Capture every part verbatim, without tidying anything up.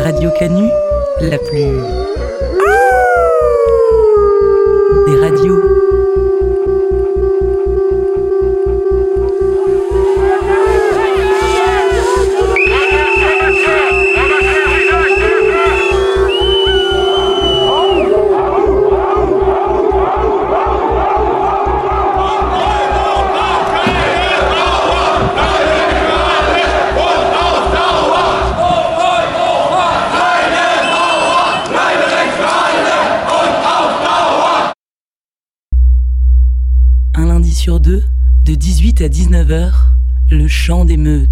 Radio Canu, la plus... des radios. Un lundi sur deux, de dix-huit à dix-neuf heures, le chant des meutes.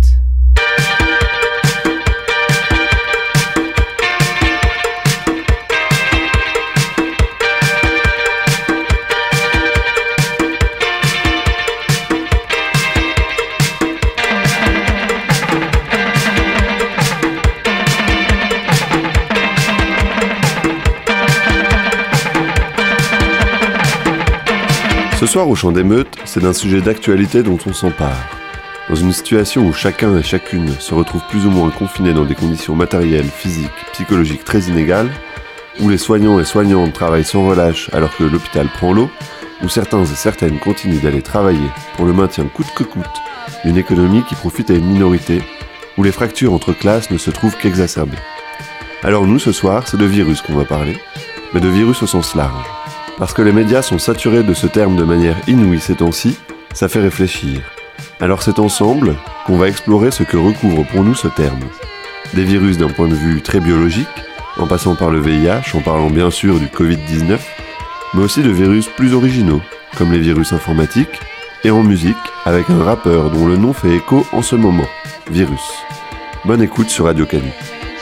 Ce soir au Chant des Meutes, c'est d'un sujet d'actualité dont on s'empare. Dans une situation où chacun et chacune se retrouve plus ou moins confiné dans des conditions matérielles, physiques, psychologiques très inégales, où les soignants et soignantes travaillent sans relâche alors que l'hôpital prend l'eau, où certains et certaines continuent d'aller travailler pour le maintien coûte que coûte d'une économie qui profite à une minorité, où les fractures entre classes ne se trouvent qu'exacerbées. Alors nous, ce soir, c'est de virus qu'on va parler, mais de virus au sens large. Parce que les médias sont saturés de ce terme de manière inouïe ces temps-ci, ça fait réfléchir. Alors c'est ensemble qu'on va explorer ce que recouvre pour nous ce terme. Des virus d'un point de vue très biologique, en passant par le V I H, en parlant bien sûr du covid dix-neuf, mais aussi de virus plus originaux, comme les virus informatiques, et en musique, avec un rappeur dont le nom fait écho en ce moment, Virus. Bonne écoute sur Radio Canu.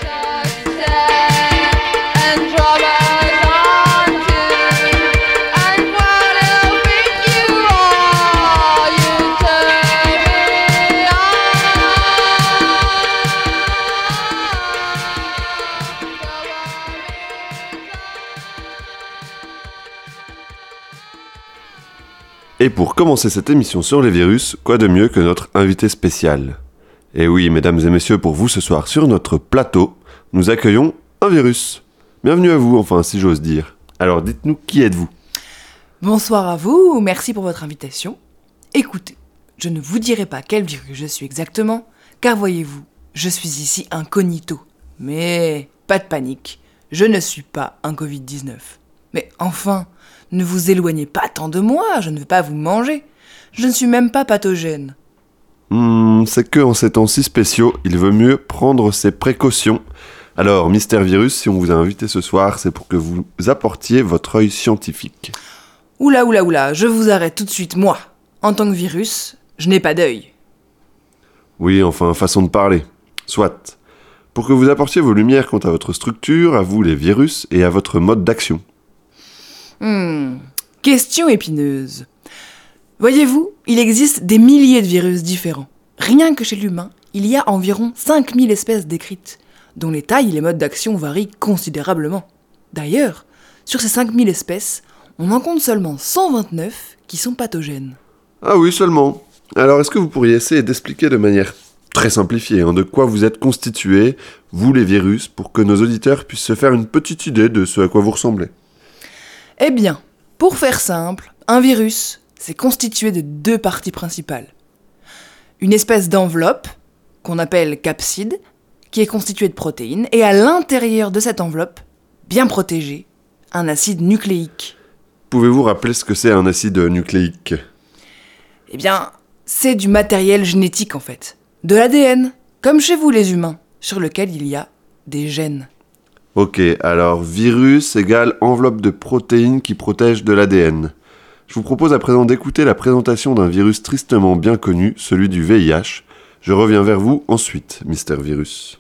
Et pour commencer cette émission sur les virus, quoi de mieux que notre invité spécial ? Et oui, mesdames et messieurs, pour vous ce soir sur notre plateau, nous accueillons un virus. Bienvenue à vous, enfin, si j'ose dire. Alors dites-nous, qui êtes-vous ? Bonsoir à vous, merci pour votre invitation. Écoutez, je ne vous dirai pas quel virus je suis exactement, car voyez-vous, je suis ici incognito. Mais pas de panique, je ne suis pas un covid dix-neuf. Mais enfin, ne vous éloignez pas tant de moi, je ne veux pas vous manger. Je ne suis même pas pathogène. Hmm, c'est que en ces temps si spéciaux, il vaut mieux prendre ses précautions. Alors, Mystère Virus, si on vous a invité ce soir, c'est pour que vous apportiez votre œil scientifique. Oula, oula, oula, je vous arrête tout de suite, moi. En tant que virus, je n'ai pas d'œil. Oui, enfin, façon de parler. Soit. Pour que vous apportiez vos lumières quant à votre structure, à vous les virus, et à votre mode d'action. Hmm, question épineuse. Voyez-vous, il existe des milliers de virus différents. Rien que chez l'humain, il y a environ cinq mille espèces décrites, dont les tailles et les modes d'action varient considérablement. D'ailleurs, sur ces cinq mille espèces, on en compte seulement cent vingt-neuf qui sont pathogènes. Ah oui, seulement. Alors, est-ce que vous pourriez essayer d'expliquer de manière très simplifiée hein, de quoi vous êtes constitués, vous les virus, pour que nos auditeurs puissent se faire une petite idée de ce à quoi vous ressemblez ? Eh bien, pour faire simple, un virus, c'est constitué de deux parties principales. Une espèce d'enveloppe, qu'on appelle capside, qui est constituée de protéines, et à l'intérieur de cette enveloppe, bien protégée, un acide nucléique. Pouvez-vous rappeler ce que c'est un acide nucléique ? Eh bien, c'est du matériel génétique en fait, de l'A D N, comme chez vous les humains, sur lequel il y a des gènes. Ok, alors virus égale enveloppe de protéines qui protège de l'A D N. Je vous propose à présent d'écouter la présentation d'un virus tristement bien connu, celui du V I H. Je reviens vers vous ensuite, Mystère Virus.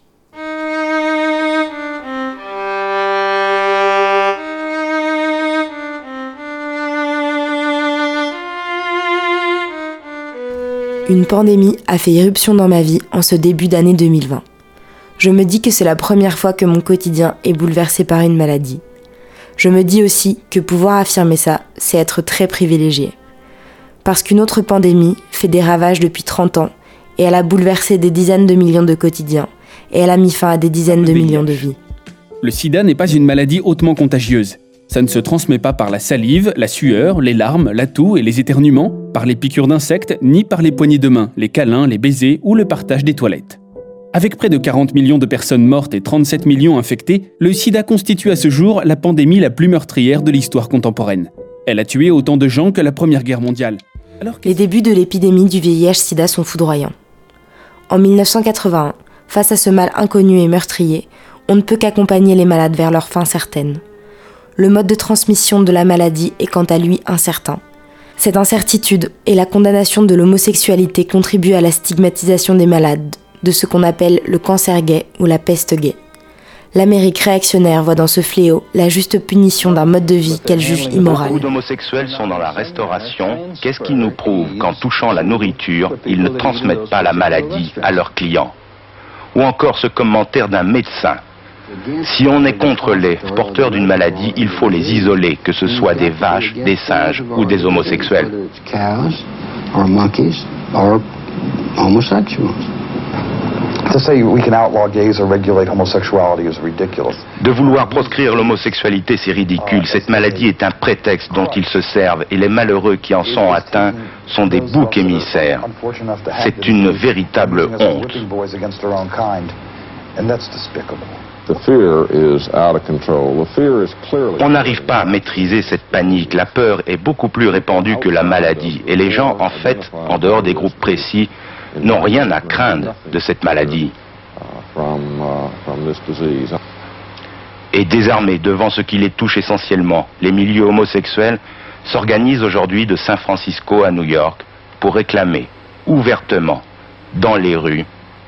Une pandémie a fait irruption dans ma vie en ce début d'année deux mille vingt. Je me dis que c'est la première fois que mon quotidien est bouleversé par une maladie. Je me dis aussi que pouvoir affirmer ça, c'est être très privilégié. Parce qu'une autre pandémie fait des ravages depuis trente ans et elle a bouleversé des dizaines de millions de quotidiens et elle a mis fin à des dizaines de millions de vies. Le sida n'est pas une maladie hautement contagieuse. Ça ne se transmet pas par la salive, la sueur, les larmes, la toux et les éternuements, par les piqûres d'insectes, ni par les poignées de main, les câlins, les baisers ou le partage des toilettes. Avec près de quarante millions de personnes mortes et trente-sept millions infectées, le sida constitue à ce jour la pandémie la plus meurtrière de l'histoire contemporaine. Elle a tué autant de gens que la Première Guerre mondiale. Alors que... Les débuts de l'épidémie du V I H-Sida sont foudroyants. En mille neuf cent quatre-vingt-un, face à ce mal inconnu et meurtrier, on ne peut qu'accompagner les malades vers leur fin certaine. Le mode de transmission de la maladie est quant à lui incertain. Cette incertitude et la condamnation de l'homosexualité contribuent à la stigmatisation des malades, de ce qu'on appelle le cancer gay ou la peste gay. L'Amérique réactionnaire voit dans ce fléau la juste punition d'un mode de vie qu'elle juge immoral. Beaucoup d'homosexuels sont dans la restauration. Qu'est-ce qui nous prouve qu'en touchant la nourriture, ils ne transmettent pas la maladie à leurs clients? Ou encore ce commentaire d'un médecin. Si on est contre les porteurs d'une maladie, il faut les isoler, que ce soit des vaches, des singes ou des homosexuels. De vouloir proscrire l'homosexualité, c'est ridicule. Cette maladie est un prétexte dont ils se servent et les malheureux qui en sont atteints sont des boucs émissaires. C'est une véritable honte. On n'arrive pas à maîtriser cette panique. La peur est beaucoup plus répandue que la maladie. Et les gens, en fait, en dehors des groupes précis, n'ont rien à craindre de cette maladie. Et désarmés devant ce qui les touche essentiellement, les milieux homosexuels s'organisent aujourd'hui de San Francisco à New York pour réclamer ouvertement, dans les rues,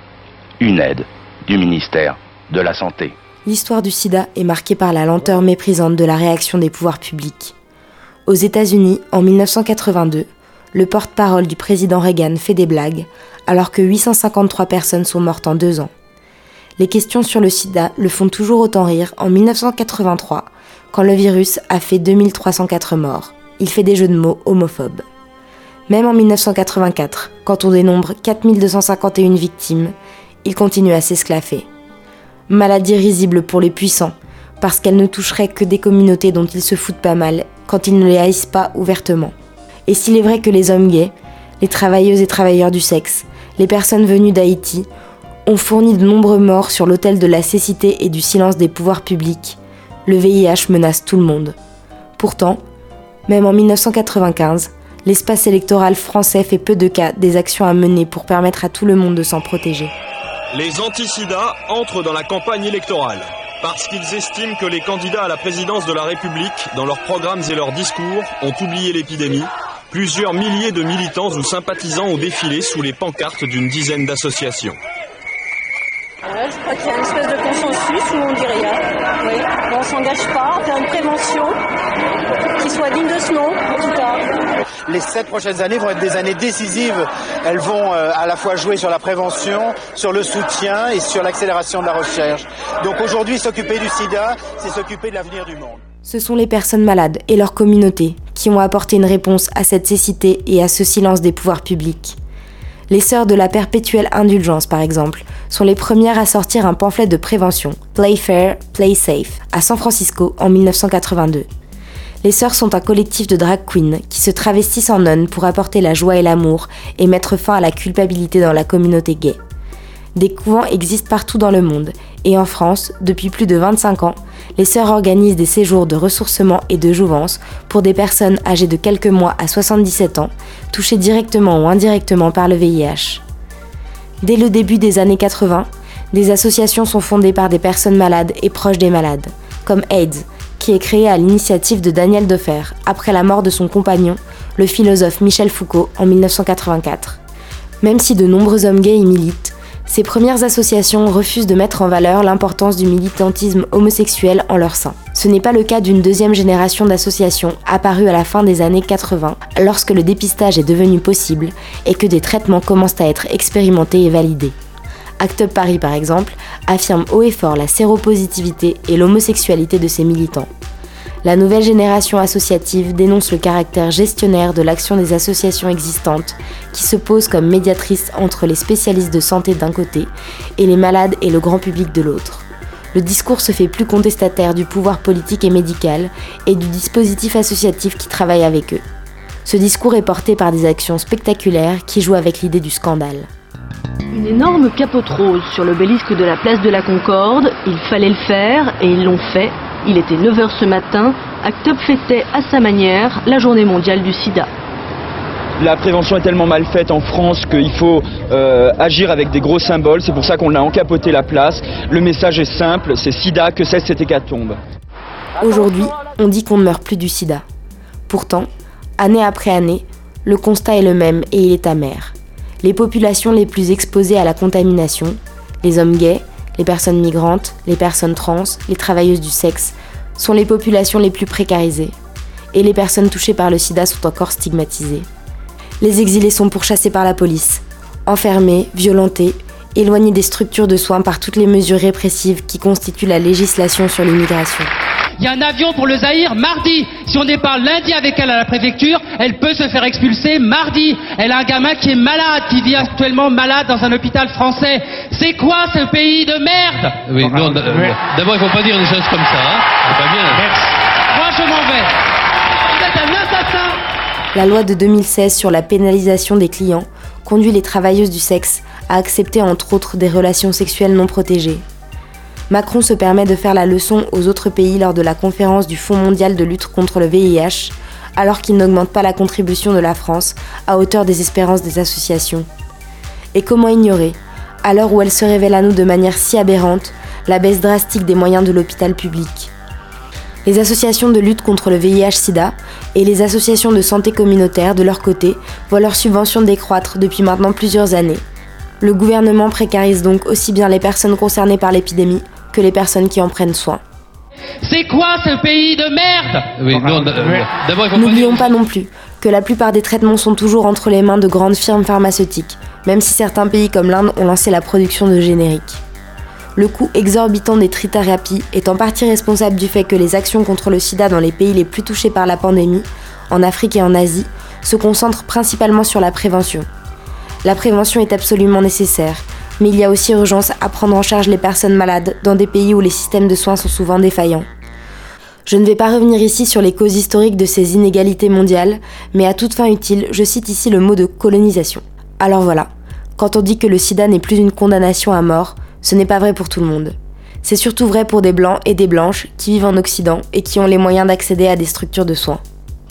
une aide du ministère de la Santé. L'histoire du sida est marquée par la lenteur méprisante de la réaction des pouvoirs publics. Aux États-Unis, en mille neuf cent quatre-vingt-deux, le porte-parole du président Reagan fait des blagues, alors que huit cent cinquante-trois personnes sont mortes en deux ans. Les questions sur le sida le font toujours autant rire en mille neuf cent quatre-vingt-trois, quand le virus a fait deux mille trois cent quatre morts. Il fait des jeux de mots homophobes. Même en mille neuf cent quatre-vingt-quatre, quand on dénombre quatre mille deux cent cinquante et une victimes, il continue à s'esclaffer. Maladie risible pour les puissants, parce qu'elle ne toucherait que des communautés dont ils se foutent pas mal quand ils ne les haïssent pas ouvertement. Et s'il est vrai que les hommes gays, les travailleuses et travailleurs du sexe, les personnes venues d'Haïti, ont fourni de nombreux morts sur l'autel de la cécité et du silence des pouvoirs publics, le V I H menace tout le monde. Pourtant, même en mille neuf cent quatre-vingt-quinze, l'espace électoral français fait peu de cas des actions à mener pour permettre à tout le monde de s'en protéger. Les anti-sida entrent dans la campagne électorale parce qu'ils estiment que les candidats à la présidence de la République, dans leurs programmes et leurs discours, ont oublié l'épidémie. Plusieurs milliers de militants ou sympathisants ont défilé sous les pancartes d'une dizaine d'associations. Ouais, je crois qu'il y a une espèce de consensus où on dit rien. Oui. On s'engage pas, on fait une prévention qui soit digne de ce nom, en tout cas. Les sept prochaines années vont être des années décisives. Elles vont euh, à la fois jouer sur la prévention, sur le soutien et sur l'accélération de la recherche. Donc aujourd'hui, s'occuper du sida, c'est s'occuper de l'avenir du monde. Ce sont les personnes malades et leurs communautés qui ont apporté une réponse à cette cécité et à ce silence des pouvoirs publics. Les Sœurs de la Perpétuelle Indulgence, par exemple, sont les premières à sortir un pamphlet de prévention, Play Fair, Play Safe, à San Francisco en mille neuf cent quatre-vingt-deux. Les Sœurs sont un collectif de drag queens qui se travestissent en nonnes pour apporter la joie et l'amour et mettre fin à la culpabilité dans la communauté gay. Des couvents existent partout dans le monde, et en France, depuis plus de vingt-cinq ans, les sœurs organisent des séjours de ressourcement et de jouvence pour des personnes âgées de quelques mois à soixante-dix-sept ans, touchées directement ou indirectement par le V I H. Dès le début des années quatre-vingts, des associations sont fondées par des personnes malades et proches des malades, comme AIDS, qui est créée à l'initiative de Daniel Defer, après la mort de son compagnon, le philosophe Michel Foucault, en mille neuf cent quatre-vingt-quatre. Même si de nombreux hommes gays y militent, ces premières associations refusent de mettre en valeur l'importance du militantisme homosexuel en leur sein. Ce n'est pas le cas d'une deuxième génération d'associations apparue à la fin des années quatre-vingts, lorsque le dépistage est devenu possible et que des traitements commencent à être expérimentés et validés. Act Up Paris, par exemple, affirme haut et fort la séropositivité et l'homosexualité de ses militants. La nouvelle génération associative dénonce le caractère gestionnaire de l'action des associations existantes qui se posent comme médiatrices entre les spécialistes de santé d'un côté et les malades et le grand public de l'autre. Le discours se fait plus contestataire du pouvoir politique et médical et du dispositif associatif qui travaille avec eux. Ce discours est porté par des actions spectaculaires qui jouent avec l'idée du scandale. Une énorme capote rose sur l'obélisque de la place de la Concorde, il fallait le faire et ils l'ont fait. Il était neuf heures ce matin, ACT UP fêtait à sa manière la journée mondiale du sida. La prévention est tellement mal faite en France qu'il faut euh, agir avec des gros symboles, c'est pour ça qu'on a encapoté la place. Le message est simple, c'est sida, que cesse cette hécatombe. Aujourd'hui, on dit qu'on ne meurt plus du sida. Pourtant, année après année, le constat est le même et il est amer. Les populations les plus exposées à la contamination, les hommes gays, les personnes migrantes, les personnes trans, les travailleuses du sexe, sont les populations les plus précarisées. Et les personnes touchées par le sida sont encore stigmatisées. Les exilés sont pourchassés par la police, enfermés, violentés, éloignés des structures de soins par toutes les mesures répressives qui constituent la législation sur l'immigration. Il y a un avion pour le Zaïre mardi. Si on déparle lundi avec elle à la préfecture, elle peut se faire expulser mardi. Elle a un gamin qui est malade, qui vit actuellement malade dans un hôpital français. C'est quoi ce pays de merde? Oui, non, d'abord il ne faut pas dire des choses comme ça. Hein. C'est pas bien. Merci. Moi je m'en vais. Vous êtes un assassin. La loi de deux mille seize sur la pénalisation des clients conduit les travailleuses du sexe à accepter entre autres des relations sexuelles non protégées. Macron se permet de faire la leçon aux autres pays lors de la conférence du Fonds mondial de lutte contre le V I H, alors qu'il n'augmente pas la contribution de la France à hauteur des espérances des associations. Et comment ignorer, à l'heure où elle se révèle à nous de manière si aberrante, la baisse drastique des moyens de l'hôpital public. Les associations de lutte contre le V I H-Sida et les associations de santé communautaire, de leur côté, voient leurs subventions décroître depuis maintenant plusieurs années. Le gouvernement précarise donc aussi bien les personnes concernées par l'épidémie que les personnes qui en prennent soin. C'est quoi ce pays de merde? Oui, non, d'abord il faut N'oublions pas non plus que la plupart des traitements sont toujours entre les mains de grandes firmes pharmaceutiques, même si certains pays comme l'Inde ont lancé la production de génériques. Le coût exorbitant des trithérapies est en partie responsable du fait que les actions contre le sida dans les pays les plus touchés par la pandémie, en Afrique et en Asie, se concentrent principalement sur la prévention. La prévention est absolument nécessaire, mais il y a aussi urgence à prendre en charge les personnes malades dans des pays où les systèmes de soins sont souvent défaillants. Je ne vais pas revenir ici sur les causes historiques de ces inégalités mondiales, mais à toute fin utile, je cite ici le mot de colonisation. Alors voilà, quand on dit que le sida n'est plus une condamnation à mort, ce n'est pas vrai pour tout le monde. C'est surtout vrai pour des blancs et des blanches qui vivent en Occident et qui ont les moyens d'accéder à des structures de soins.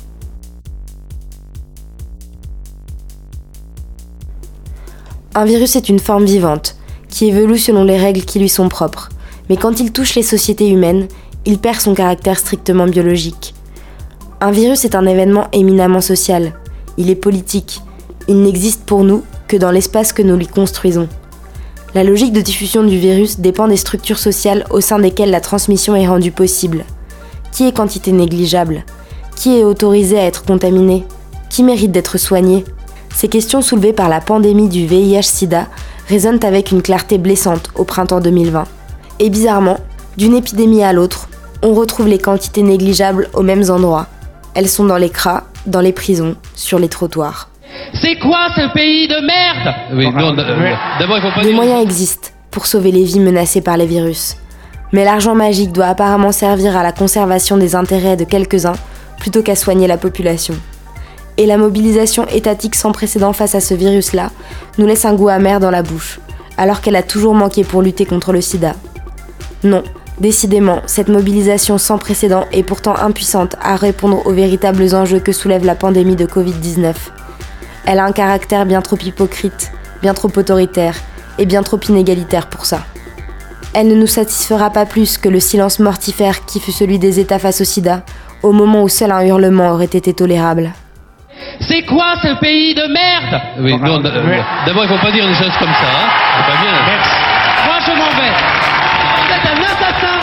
Un virus est une forme vivante, qui évolue selon les règles qui lui sont propres, mais quand il touche les sociétés humaines, il perd son caractère strictement biologique. Un virus est un événement éminemment social, il est politique, il n'existe pour nous que dans l'espace que nous lui construisons. La logique de diffusion du virus dépend des structures sociales au sein desquelles la transmission est rendue possible. Qui est quantité négligeable? Qui est autorisé à être contaminé? Qui mérite d'être soigné? Ces questions soulevées par la pandémie du V I H-Sida résonnent avec une clarté blessante au printemps deux mille vingt. Et bizarrement, d'une épidémie à l'autre, on retrouve les quantités négligeables aux mêmes endroits. Elles sont dans les cras, dans les prisons, sur les trottoirs. C'est quoi ce pays de merde? Oui, non, d'abord il faut pas Des dire... moyens existent pour sauver les vies menacées par les virus. Mais l'argent magique doit apparemment servir à la conservation des intérêts de quelques-uns plutôt qu'à soigner la population. Et la mobilisation étatique sans précédent face à ce virus-là nous laisse un goût amer dans la bouche, alors qu'elle a toujours manqué pour lutter contre le sida. Non, décidément, cette mobilisation sans précédent est pourtant impuissante à répondre aux véritables enjeux que soulève la pandémie de covid dix-neuf. Elle a un caractère bien trop hypocrite, bien trop autoritaire et bien trop inégalitaire pour ça. Elle ne nous satisfera pas plus que le silence mortifère qui fut celui des États face au sida, au moment où seul un hurlement aurait été tolérable. C'est quoi ce pays de merde? Oui, non, d'abord il faut pas dire des choses comme ça. Hein. C'est pas bien. Merci. Moi je m'en vais. Vous êtes un assassin.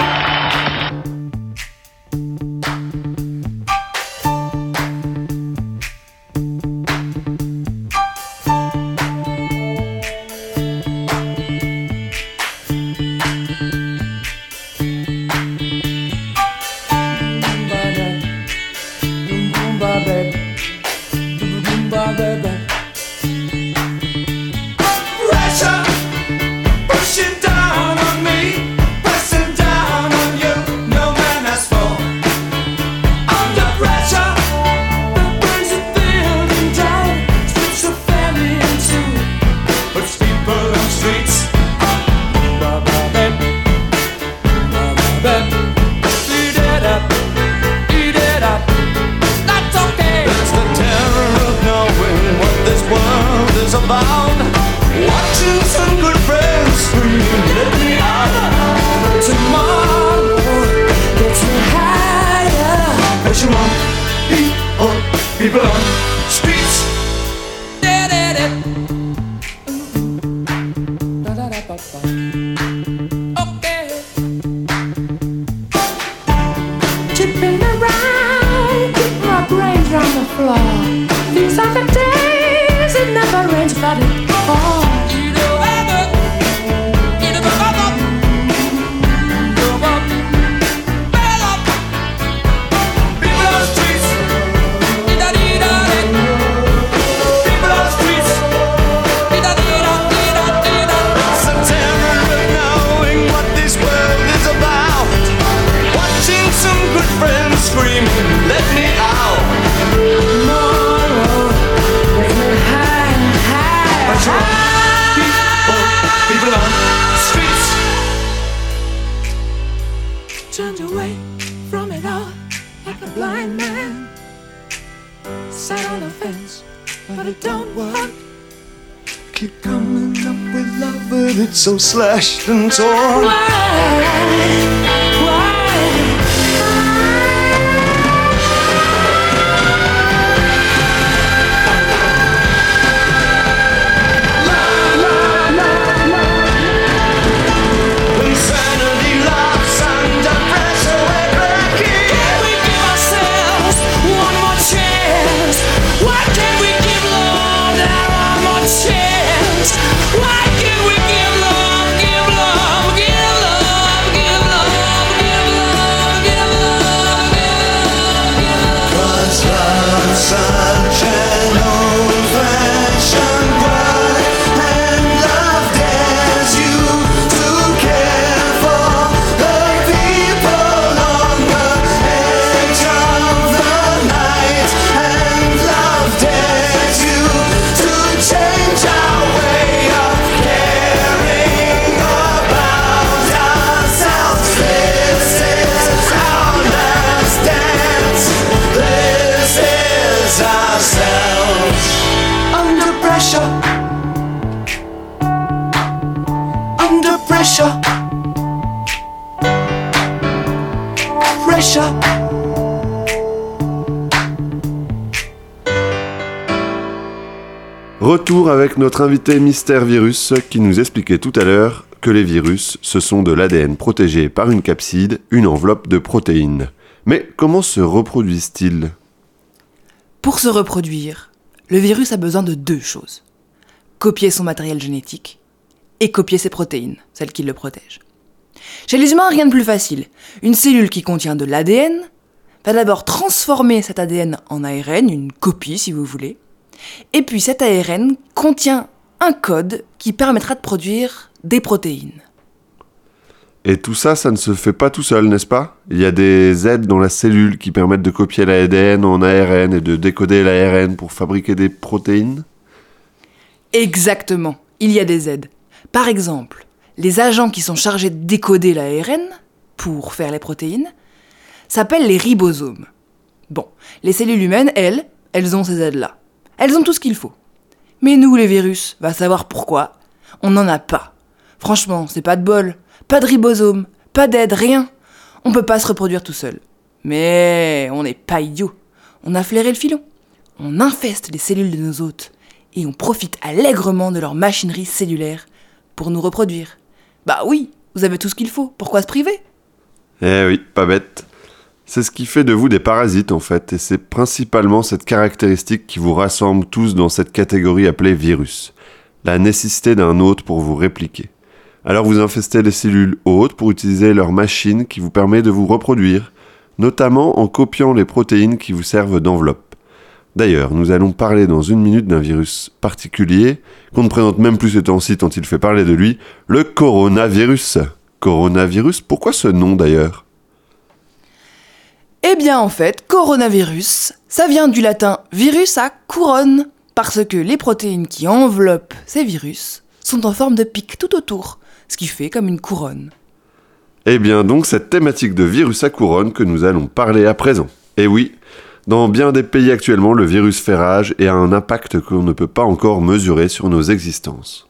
turned away from it all like a blind man. Sat on the fence, but it don't work. Keep coming up with love, but it's so slashed and torn. Why? Pressure, pressure. Retour avec notre invité Mystère Virus qui nous expliquait tout à l'heure que les virus, ce sont de l'A D N protégé par une capside, une enveloppe de protéines. Mais comment se reproduisent-ils ? Pour se reproduire, le virus a besoin de deux choses. Copier son matériel génétique et copier ses protéines, celles qui le protègent. Chez les humains, rien de plus facile. Une cellule qui contient de l'A D N va d'abord transformer cet A D N en A R N, une copie si vous voulez, et puis cet A R N contient un code qui permettra de produire des protéines. Et tout ça, ça ne se fait pas tout seul, n'est-ce pas ? Il y a des aides dans la cellule qui permettent de copier l'A D N en A R N et de décoder l'A R N pour fabriquer des protéines ? Exactement, il y a des aides. Par exemple, les agents qui sont chargés de décoder l'A R N pour faire les protéines s'appellent les ribosomes. Bon, les cellules humaines, elles, elles ont ces aides-là. Elles ont tout ce qu'il faut. Mais nous, les virus, va savoir pourquoi, on n'en a pas. Franchement, c'est pas de bol. Pas de ribosomes, pas d'aide, rien. On peut pas se reproduire tout seul. Mais on n'est pas idiots. On a flairé le filon. On infeste les cellules de nos hôtes et on profite allègrement de leur machinerie cellulaire pour nous reproduire. Bah oui, vous avez tout ce qu'il faut, pourquoi se priver ? Eh oui, pas bête. C'est ce qui fait de vous des parasites en fait, et c'est principalement cette caractéristique qui vous rassemble tous dans cette catégorie appelée virus. La nécessité d'un hôte pour vous répliquer. Alors vous infestez les cellules hôtes pour utiliser leur machine qui vous permet de vous reproduire, notamment en copiant les protéines qui vous servent d'enveloppe. D'ailleurs, nous allons parler dans une minute d'un virus particulier, qu'on ne présente même plus ces temps-ci tant il fait parler de lui, le coronavirus. Coronavirus, pourquoi ce nom d'ailleurs ? Eh bien en fait, coronavirus, ça vient du latin virus à couronne, parce que les protéines qui enveloppent ces virus sont en forme de pic tout autour, ce qui fait comme une couronne. Eh bien donc cette thématique de virus à couronne que nous allons parler à présent. Et oui, dans bien des pays actuellement, le virus fait rage et a un impact qu'on ne peut pas encore mesurer sur nos existences.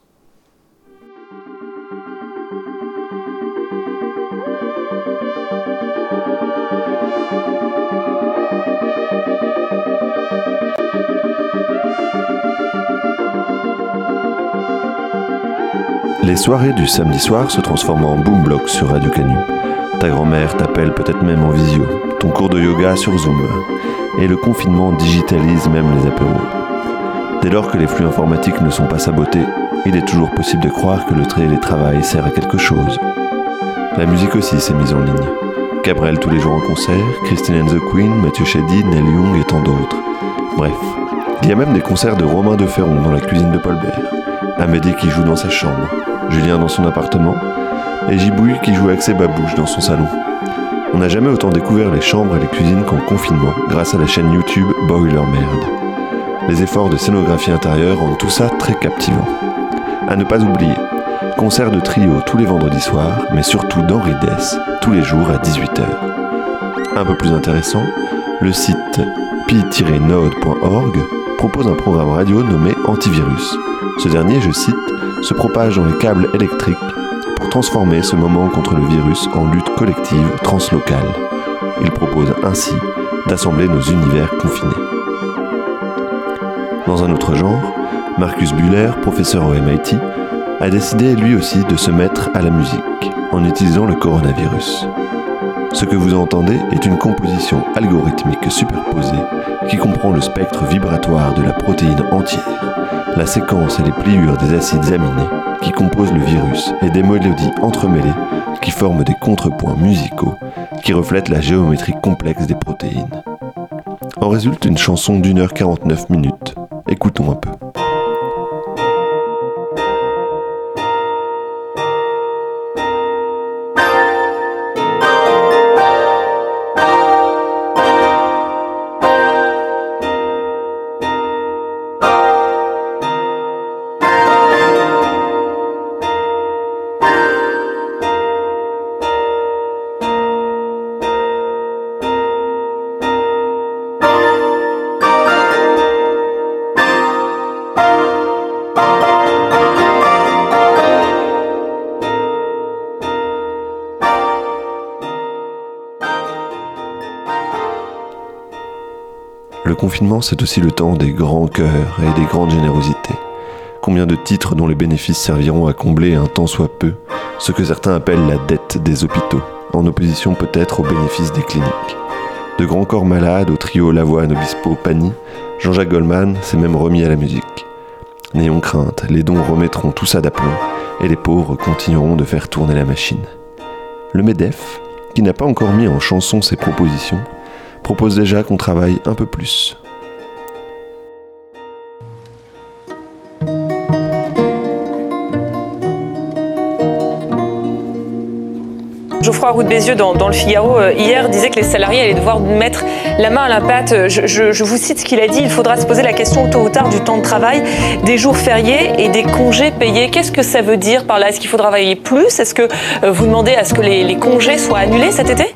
Les soirées du samedi soir se transforment en boomblocks sur Radio Canu. Ta grand-mère t'appelle peut-être même en visio, ton cours de yoga sur Zoom. Et le confinement digitalise même les apéros. Dès lors que les flux informatiques ne sont pas sabotés, il est toujours possible de croire que le télétravail sert à quelque chose. La musique aussi s'est mise en ligne. Cabrel tous les jours en concert, Christine and the Queen, Mathieu Chédid, Neil Young et tant d'autres. Bref, il y a même des concerts de Romain de Ferron dans la cuisine de Paul Bert, Amédée qui joue dans sa chambre, Julien dans son appartement, et Gibouille qui joue avec ses babouches dans son salon. On n'a jamais autant découvert les chambres et les cuisines qu'en confinement, grâce à la chaîne YouTube Boiler Merde. Les efforts de scénographie intérieure rendent tout ça très captivant. À ne pas oublier, Concert de trio tous les vendredis soirs, mais surtout d'Henri Dess, tous les jours à dix-huit heures. Un peu plus intéressant, le site pi tiret node point org propose un programme radio nommé Antivirus. Ce dernier, je cite, se propage dans les câbles électriques pour transformer ce moment contre le virus en lutte collective translocale. Il propose ainsi d'assembler nos univers confinés. Dans un autre genre, Marcus Buller, professeur au M I T, a décidé lui aussi de se mettre à la musique en utilisant le coronavirus. Ce que vous entendez est une composition algorithmique superposée qui comprend le spectre vibratoire de la protéine entière, la séquence et les pliures des acides aminés qui composent le virus et des mélodies entremêlées qui forment des contrepoints musicaux qui reflètent la géométrie complexe des protéines. En résulte une chanson d'une heure quarante-neuf minutes. Écoutons un peu. Le confinement, c'est aussi le temps des grands cœurs et des grandes générosités. Combien de titres dont les bénéfices serviront à combler un tant soit peu ce que certains appellent la dette des hôpitaux, en opposition peut-être aux bénéfices des cliniques. De grands corps malades au trio Lavoine, Obispo, Pani, Jean-Jacques Goldman s'est même remis à la musique. N'ayons crainte, les dons remettront tout ça d'aplomb et les pauvres continueront de faire tourner la machine. Le MEDEF, qui n'a pas encore mis en chanson ses propositions, propose déjà qu'on travaille un peu plus. Geoffroy Roux de Bézieux, dans, dans le Figaro, euh, hier, disait que les salariés allaient devoir mettre la main à la pâte. Je, je, je vous cite ce qu'il a dit, il faudra se poser la question tôt ou tard du temps de travail, des jours fériés et des congés payés. Qu'est-ce que ça veut dire par là? Est-ce qu'il faudra travailler plus? Est-ce que euh, vous demandez à ce que les, les congés soient annulés cet été?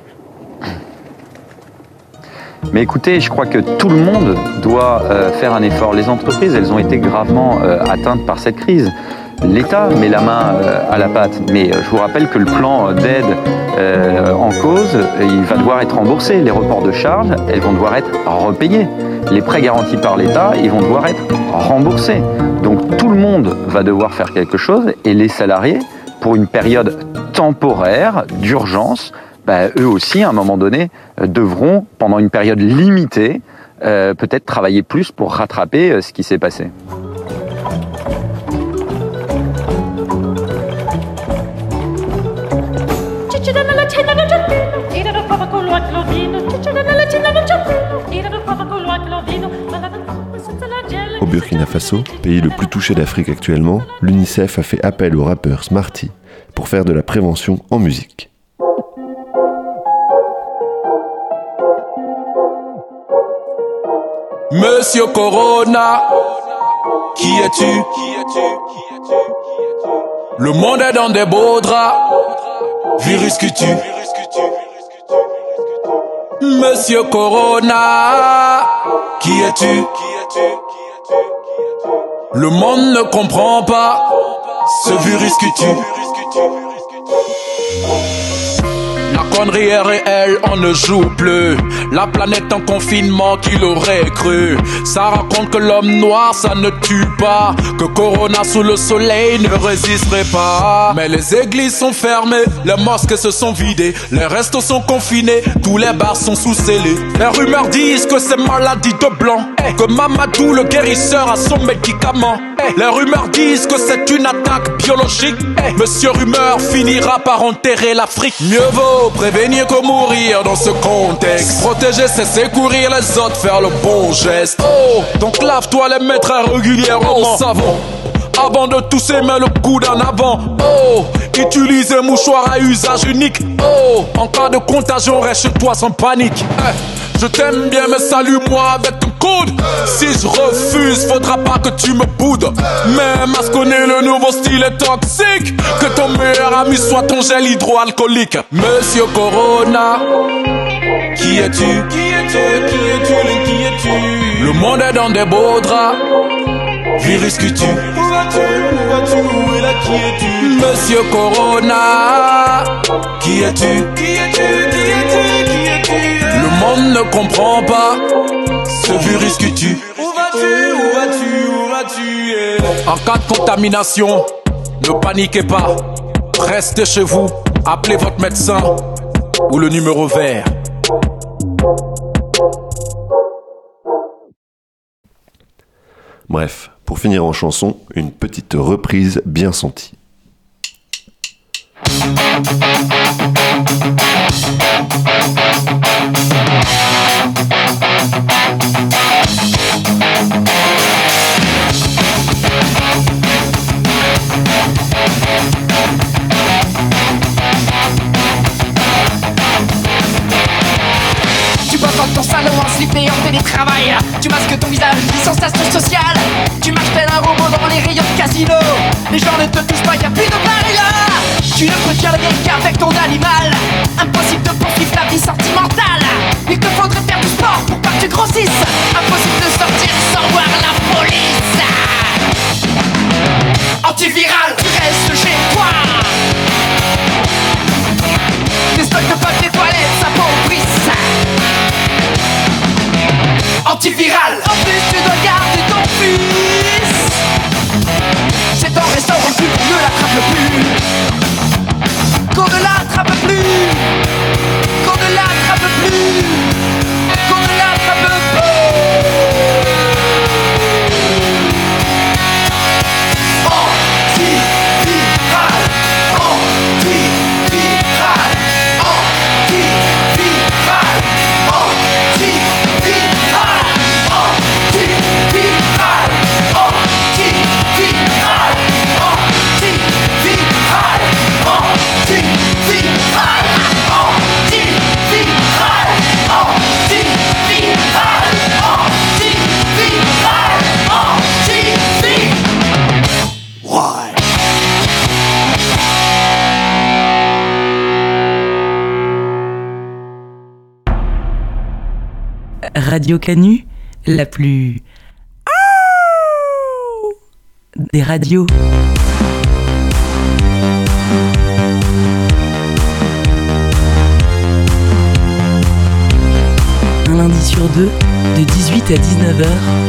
Mais écoutez, je crois que tout le monde doit euh, faire un effort. Les entreprises, elles ont été gravement euh, atteintes par cette crise. L'État met la main euh, à la pâte, mais euh, je vous rappelle que le plan d'aide euh, en cause, il va devoir être remboursé. Les reports de charges, elles vont devoir être repayés. Les prêts garantis par l'État, ils vont devoir être remboursés. Donc tout le monde va devoir faire quelque chose et les salariés, pour une période temporaire d'urgence, bah, eux aussi, à un moment donné, euh, devront, pendant une période limitée, euh, peut-être travailler plus pour rattraper euh, ce qui s'est passé. Au Burkina Faso, pays le plus touché d'Afrique actuellement, l'UNICEF a fait appel au rappeur Smarty pour faire de la prévention en musique. Monsieur Corona, qui es-tu? Le monde est dans des beaux draps, virus que tu. Monsieur Corona, qui es-tu? Le monde ne comprend pas ce virus que tu. La connerie est réelle, on ne joue plus. La planète en confinement, qui l'aurait cru? Ça raconte que l'homme noir, ça ne tue pas, que Corona sous le soleil ne résisterait pas. Mais les églises sont fermées, les mosquées se sont vidées, les restos sont confinés, tous les bars sont sous scellés. Les rumeurs disent que c'est maladie de blanc, que Mamadou le guérisseur a son médicament. Les rumeurs disent que c'est une attaque biologique. Monsieur Rumeur finira par enterrer l'Afrique. Mieux vaut prévenir que mourir dans ce contexte. Protéger, c'est secourir les autres, faire le bon geste. Oh, donc lave-toi les mains très régulièrement au savon, avant de tousser, mets le coude en avant. Oh, utilise un mouchoir à usage unique. Oh, en cas de contagion, reste chez toi sans panique. Hey, je t'aime bien, mais salue-moi avec ton coude. Si je refuse, faudra pas que tu me boudes. Mais masconner le nouveau style est toxique. Que ton meilleur ami soit ton gel hydroalcoolique. Monsieur Corona, qui es-tu? Qui es-tu? Qui es-tu? Qui es-tu? Le monde est dans des beaux draps. Virus qui tue. Où vas-tu? Où vas-tu? Où est là? Qui es-tu? Monsieur Corona, qui es-tu? Qui es-tu? Qui es-tu? Qui es-tu? Le monde ne comprend pas ce virus qui tue. Où vas-tu? Où vas-tu? Où vas-tu? En cas de contamination, ne paniquez pas. Restez chez vous. Appelez votre médecin ou le numéro vert. Bref, pour finir en chanson, une petite reprise bien sentie. Tu bosses dans ton salon en slip et en télétravail. Tu masques ton visage, distanciation sociale. Tu marches tel un robot dans les rayons de casino. Les gens ne te touchent pas, y'a plus de barrière. Tu ne peux dire le lien qu'avec ton animal. Impossible de poursuivre ta vie sentimentale. Il te faudrait faire du sport pour pas que tu grossisses. Impossible de sortir sans voir la police. Antiviral, tu restes chez toi. Des stocks de papier toilette, ça pourrisse. Antiviral, en plus tu dois garder ton fils. C'est ton restaurant plus qu'on ne l'attrape plus. Qu'on ne l'attrape plus. Qu'on ne l'attrape plus. Qu'on ne l'attrape plus. Antiviral. Antiviral. Antiviral. Antiviral. Antiviral. Antiviral. Antiviral. Antiviral. Antiviral. Antiviral. Antiviral. Antiviral. Why? Radio Canu, la plus... des radios. Un lundi sur deux, de dix-huit à dix-neuf heures.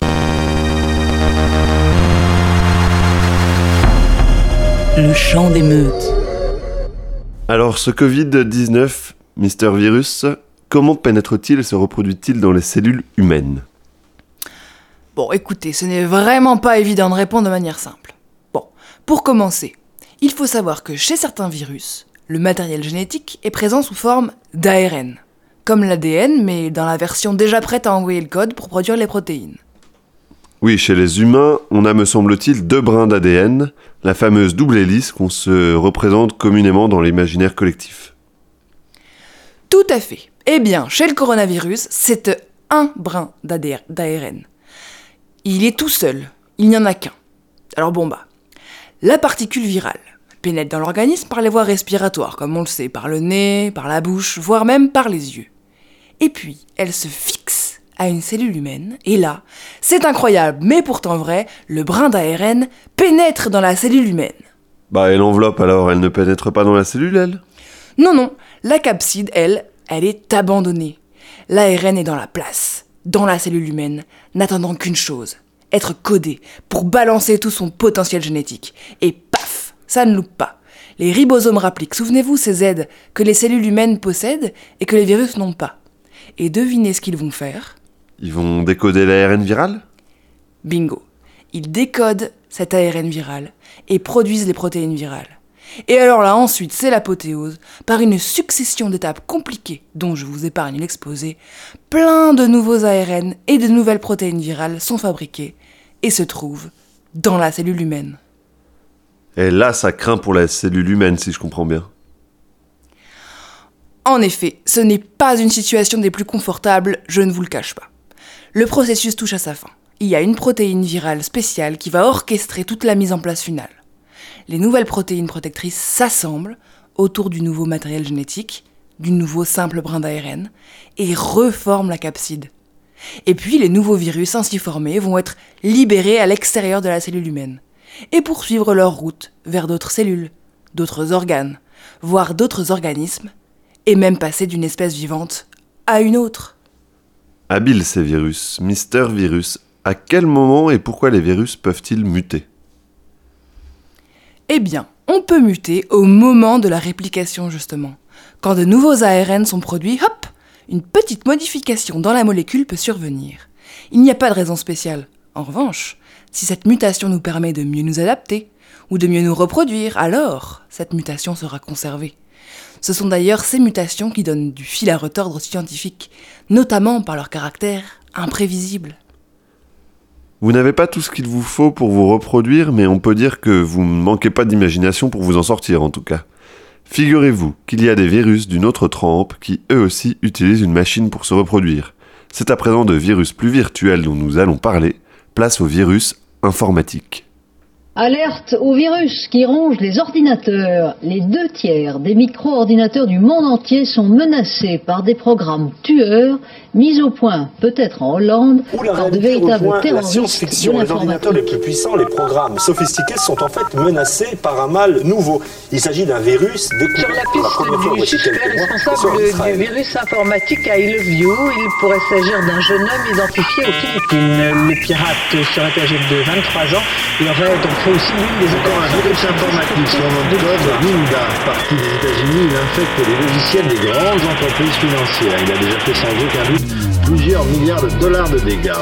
Le chant des meutes. Alors, ce covid dix-neuf, Mister Virus, comment pénètre-t-il et se reproduit-il dans les cellules humaines ? Bon, écoutez, ce n'est vraiment pas évident de répondre de manière simple. Bon, pour commencer, il faut savoir que chez certains virus, le matériel génétique est présent sous forme d'A R N, comme l'A D N, mais dans la version déjà prête à envoyer le code pour produire les protéines. Oui, chez les humains, on a, me semble-t-il, deux brins d'A D N, la fameuse double hélice qu'on se représente communément dans l'imaginaire collectif. Tout à fait. Eh bien, chez le coronavirus, c'est un brin d'A R N. Il est tout seul, il n'y en a qu'un. Alors bon bah, la particule virale pénètre dans l'organisme par les voies respiratoires, comme on le sait, par le nez, par la bouche, voire même par les yeux. Et puis, elle se fixe à une cellule humaine, et là, c'est incroyable, mais pourtant vrai, le brin d'A R N pénètre dans la cellule humaine. Bah, elle enveloppe alors, elle ne pénètre pas dans la cellule, elle ? Non, non, la capside, elle, elle est abandonnée. L'A R N est dans la place, dans la cellule humaine, n'attendant qu'une chose, être codé pour balancer tout son potentiel génétique. Et paf, ça ne loupe pas. Les ribosomes rappliquent, souvenez-vous ces aides que les cellules humaines possèdent et que les virus n'ont pas. Et devinez ce qu'ils vont faire ? Ils vont décoder l'A R N viral ? Bingo. Ils décodent cet A R N viral et produisent les protéines virales. Et alors là, ensuite, c'est l'apothéose, par une succession d'étapes compliquées, dont je vous épargne l'exposé, plein de nouveaux A R N et de nouvelles protéines virales sont fabriquées et se trouvent dans la cellule humaine. Et là, ça craint pour la cellule humaine, si je comprends bien. En effet, ce n'est pas une situation des plus confortables, je ne vous le cache pas. Le processus touche à sa fin. Il y a une protéine virale spéciale qui va orchestrer toute la mise en place finale. Les nouvelles protéines protectrices s'assemblent autour du nouveau matériel génétique, du nouveau simple brin d'A R N, et reforment la capside. Et puis les nouveaux virus ainsi formés vont être libérés à l'extérieur de la cellule humaine, et poursuivre leur route vers d'autres cellules, d'autres organes, voire d'autres organismes, et même passer d'une espèce vivante à une autre. Habiles ces virus, Mister Virus, à quel moment et pourquoi les virus peuvent-ils muter ? Eh bien, on peut muter au moment de la réplication justement. Quand de nouveaux A R N sont produits, hop, une petite modification dans la molécule peut survenir. Il n'y a pas de raison spéciale. En revanche, si cette mutation nous permet de mieux nous adapter, ou de mieux nous reproduire, alors cette mutation sera conservée. Ce sont d'ailleurs ces mutations qui donnent du fil à retordre aux scientifiques, notamment par leur caractère imprévisible. Vous n'avez pas tout ce qu'il vous faut pour vous reproduire, mais on peut dire que vous ne manquez pas d'imagination pour vous en sortir en tout cas. Figurez-vous qu'il y a des virus d'une autre trempe qui eux aussi utilisent une machine pour se reproduire. C'est à présent de virus plus virtuels dont nous allons parler, place aux virus informatiques. Alerte aux virus qui rongent les ordinateurs. Les deux tiers des micro-ordinateurs du monde entier sont menacés par des programmes tueurs mis au point, peut-être en Hollande, par de véritables terroristes de science-fiction. Les ordinateurs les plus puissants, les programmes sophistiqués sont en fait menacés par un mal nouveau. Il s'agit d'un virus découvert pour la première fois voici quelques mois sur Israël. Du virus informatique I Love You, il pourrait s'agir d'un jeune homme identifié aux Philippines. Le pirate serait âgé de vingt-trois ans et aurait donc fait aussi l'une des encore un virus informatique, son nom de code Winda, parti des États-Unis, il infecte les logiciels des grandes entreprises financières. Il a déjà fait sans aucun doute plusieurs milliards de dollars de dégâts.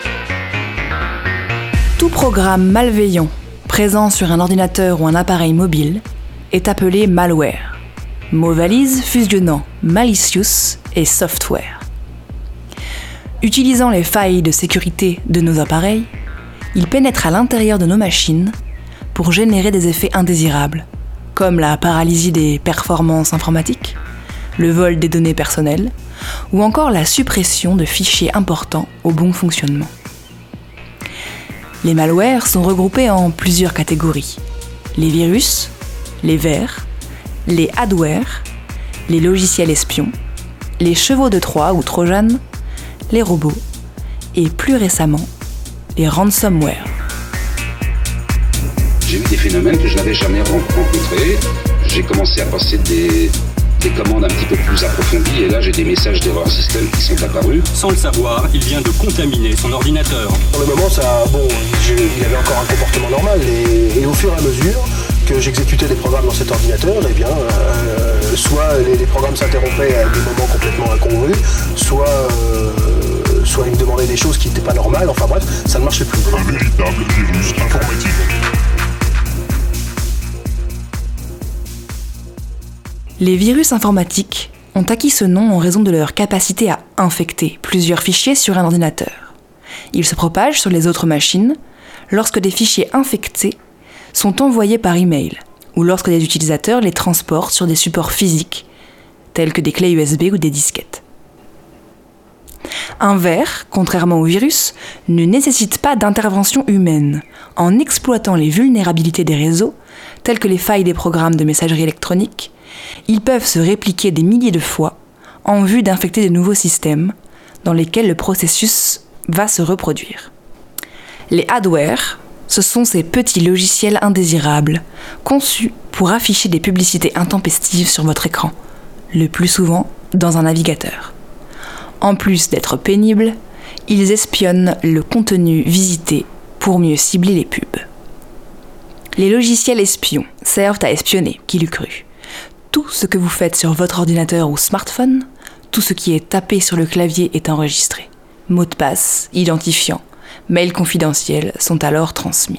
Tout programme malveillant présent sur un ordinateur ou un appareil mobile est appelé malware. Mot valise fusionnant malicious et software. Utilisant les failles de sécurité de nos appareils, il pénètre à l'intérieur de nos machines pour générer des effets indésirables, comme la paralysie des performances informatiques, le vol des données personnelles, ou encore la suppression de fichiers importants au bon fonctionnement. Les malwares sont regroupés en plusieurs catégories. Les virus, les vers, les adwares, les logiciels espions, les chevaux de Troie ou Trojan, les robots, et plus récemment, les ransomware. J'ai eu des phénomènes que je n'avais jamais rencontrés. J'ai commencé à passer des, des commandes un petit peu plus approfondies et là j'ai des messages d'erreur système qui sont apparus. Sans le savoir, il vient de contaminer son ordinateur. Pour le moment, ça, bon, je, il avait encore un comportement normal et, et au fur et à mesure que j'exécutais des programmes dans cet ordinateur, eh bien, euh, soit les, les programmes s'interrompaient à des moments complètement incongrus, soit euh, soit ils me demandaient des choses qui n'étaient pas normales, enfin bref, ça ne marchait plus. Un véritable virus informatique. Les virus informatiques ont acquis ce nom en raison de leur capacité à infecter plusieurs fichiers sur un ordinateur. Ils se propagent sur les autres machines lorsque des fichiers infectés sont envoyés par email ou lorsque des utilisateurs les transportent sur des supports physiques tels que des clés U S B ou des disquettes. Un ver, contrairement au virus, ne nécessite pas d'intervention humaine. En exploitant les vulnérabilités des réseaux, telles que les failles des programmes de messagerie électronique, ils peuvent se répliquer des milliers de fois en vue d'infecter de nouveaux systèmes dans lesquels le processus va se reproduire. Les adware, ce sont ces petits logiciels indésirables, conçus pour afficher des publicités intempestives sur votre écran, le plus souvent dans un navigateur. En plus d'être pénibles, ils espionnent le contenu visité pour mieux cibler les pubs. Les logiciels espions servent à espionner, qui l'eût cru. Tout ce que vous faites sur votre ordinateur ou smartphone, tout ce qui est tapé sur le clavier est enregistré. Mots de passe, identifiants, mails confidentiels sont alors transmis.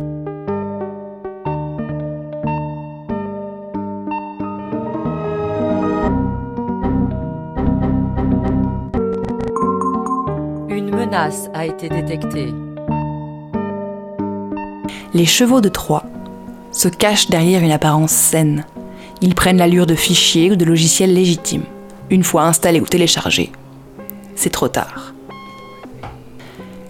Une menace a été détectée. Les chevaux de Troie se cachent derrière une apparence saine. Ils prennent l'allure de fichiers ou de logiciels légitimes. Une fois installés ou téléchargés, c'est trop tard.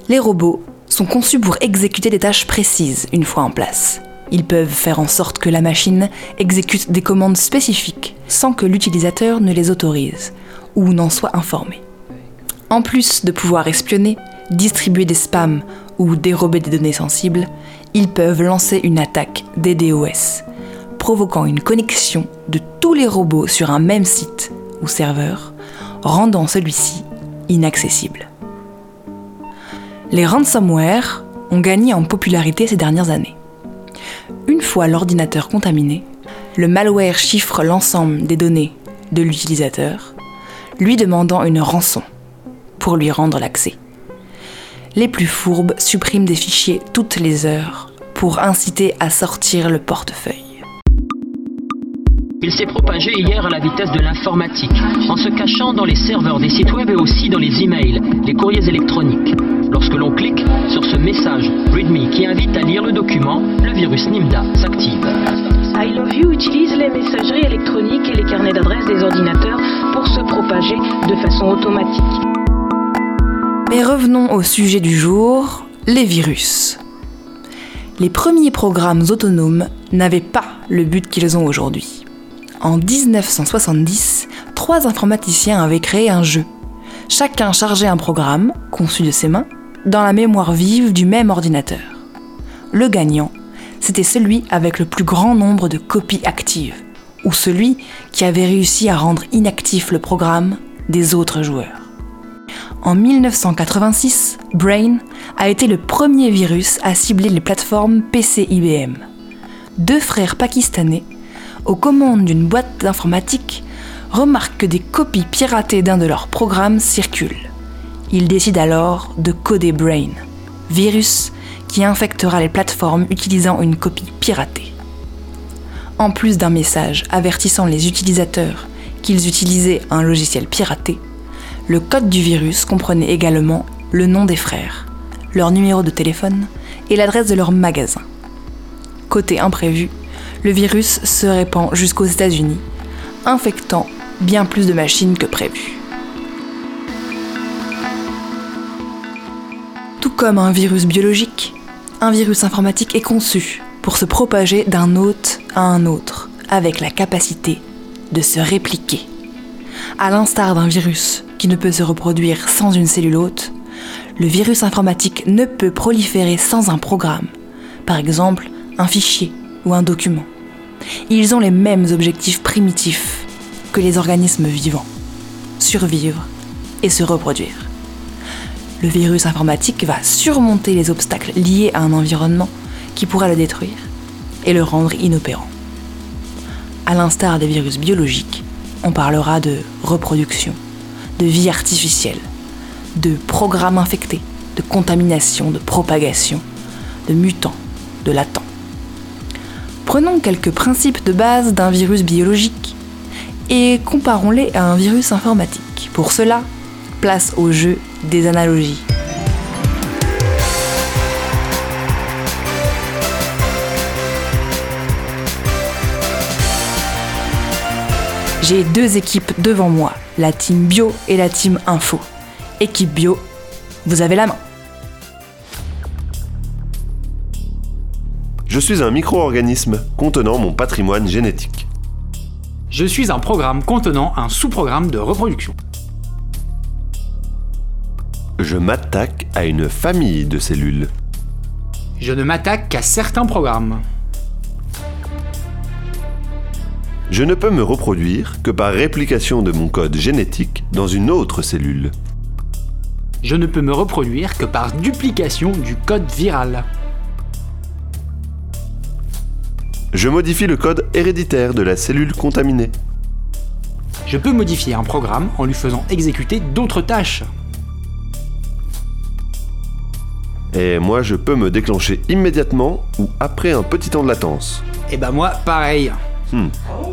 Les robots sont conçus pour exécuter des tâches précises une fois en place. Ils peuvent faire en sorte que la machine exécute des commandes spécifiques sans que l'utilisateur ne les autorise ou n'en soit informé. En plus de pouvoir espionner, distribuer des spams ou dérober des données sensibles, ils peuvent lancer une attaque D DoS, provoquant une connexion de tous les robots sur un même site ou serveur, rendant celui-ci inaccessible. Les ransomware ont gagné en popularité ces dernières années. Une fois l'ordinateur contaminé, le malware chiffre l'ensemble des données de l'utilisateur, lui demandant une rançon pour lui rendre l'accès. Les plus fourbes suppriment des fichiers toutes les heures pour inciter à sortir le portefeuille. Il s'est propagé hier à la vitesse de l'informatique, en se cachant dans les serveurs des sites web et aussi dans les emails, les courriers électroniques. Lorsque l'on clique sur ce message README qui invite à lire le document, le virus Nimda s'active. I Love You utilise les messageries électroniques et les carnets d'adresses des ordinateurs pour se propager de façon automatique. Mais revenons au sujet du jour, les virus. Les premiers programmes autonomes n'avaient pas le but qu'ils ont aujourd'hui. En dix-neuf cent soixante-dix, trois informaticiens avaient créé un jeu. Chacun chargeait un programme, conçu de ses mains, dans la mémoire vive du même ordinateur. Le gagnant, c'était celui avec le plus grand nombre de copies actives, ou celui qui avait réussi à rendre inactif le programme des autres joueurs. En mille neuf cent quatre-vingt-six, Brain a été le premier virus à cibler les plateformes P C I B M. Deux frères pakistanais, aux commandes d'une boîte d'informatique, remarquent que des copies piratées d'un de leurs programmes circulent. Ils décident alors de coder Brain, virus qui infectera les plateformes utilisant une copie piratée. En plus d'un message avertissant les utilisateurs qu'ils utilisaient un logiciel piraté, le code du virus comprenait également le nom des frères, leur numéro de téléphone et l'adresse de leur magasin. Côté imprévu, le virus se répand jusqu'aux États-Unis, infectant bien plus de machines que prévu. Tout comme un virus biologique, un virus informatique est conçu pour se propager d'un hôte à un autre, avec la capacité de se répliquer. À l'instar d'un virus qui ne peut se reproduire sans une cellule hôte, le virus informatique ne peut proliférer sans un programme, par exemple un fichier ou un document. Ils ont les mêmes objectifs primitifs que les organismes vivants, survivre et se reproduire. Le virus informatique va surmonter les obstacles liés à un environnement qui pourrait le détruire et le rendre inopérant. À l'instar des virus biologiques, on parlera de reproduction, de vie artificielle, de programmes infectés, de contamination, de propagation, de mutants, de latents. Prenons quelques principes de base d'un virus biologique et comparons-les à un virus informatique. Pour cela, place au jeu des analogies. J'ai deux équipes devant moi, la team bio et la team info. Équipe bio, vous avez la main. Je suis un micro-organisme contenant mon patrimoine génétique. Je suis un programme contenant un sous-programme de reproduction. Je m'attaque à une famille de cellules. Je ne m'attaque qu'à certains programmes. Je ne peux me reproduire que par réplication de mon code génétique dans une autre cellule. Je ne peux me reproduire que par duplication du code viral. Je modifie le code héréditaire de la cellule contaminée. Je peux modifier un programme en lui faisant exécuter d'autres tâches. Et moi, je peux me déclencher immédiatement ou après un petit temps de latence. Et bah moi, pareil. Hmm.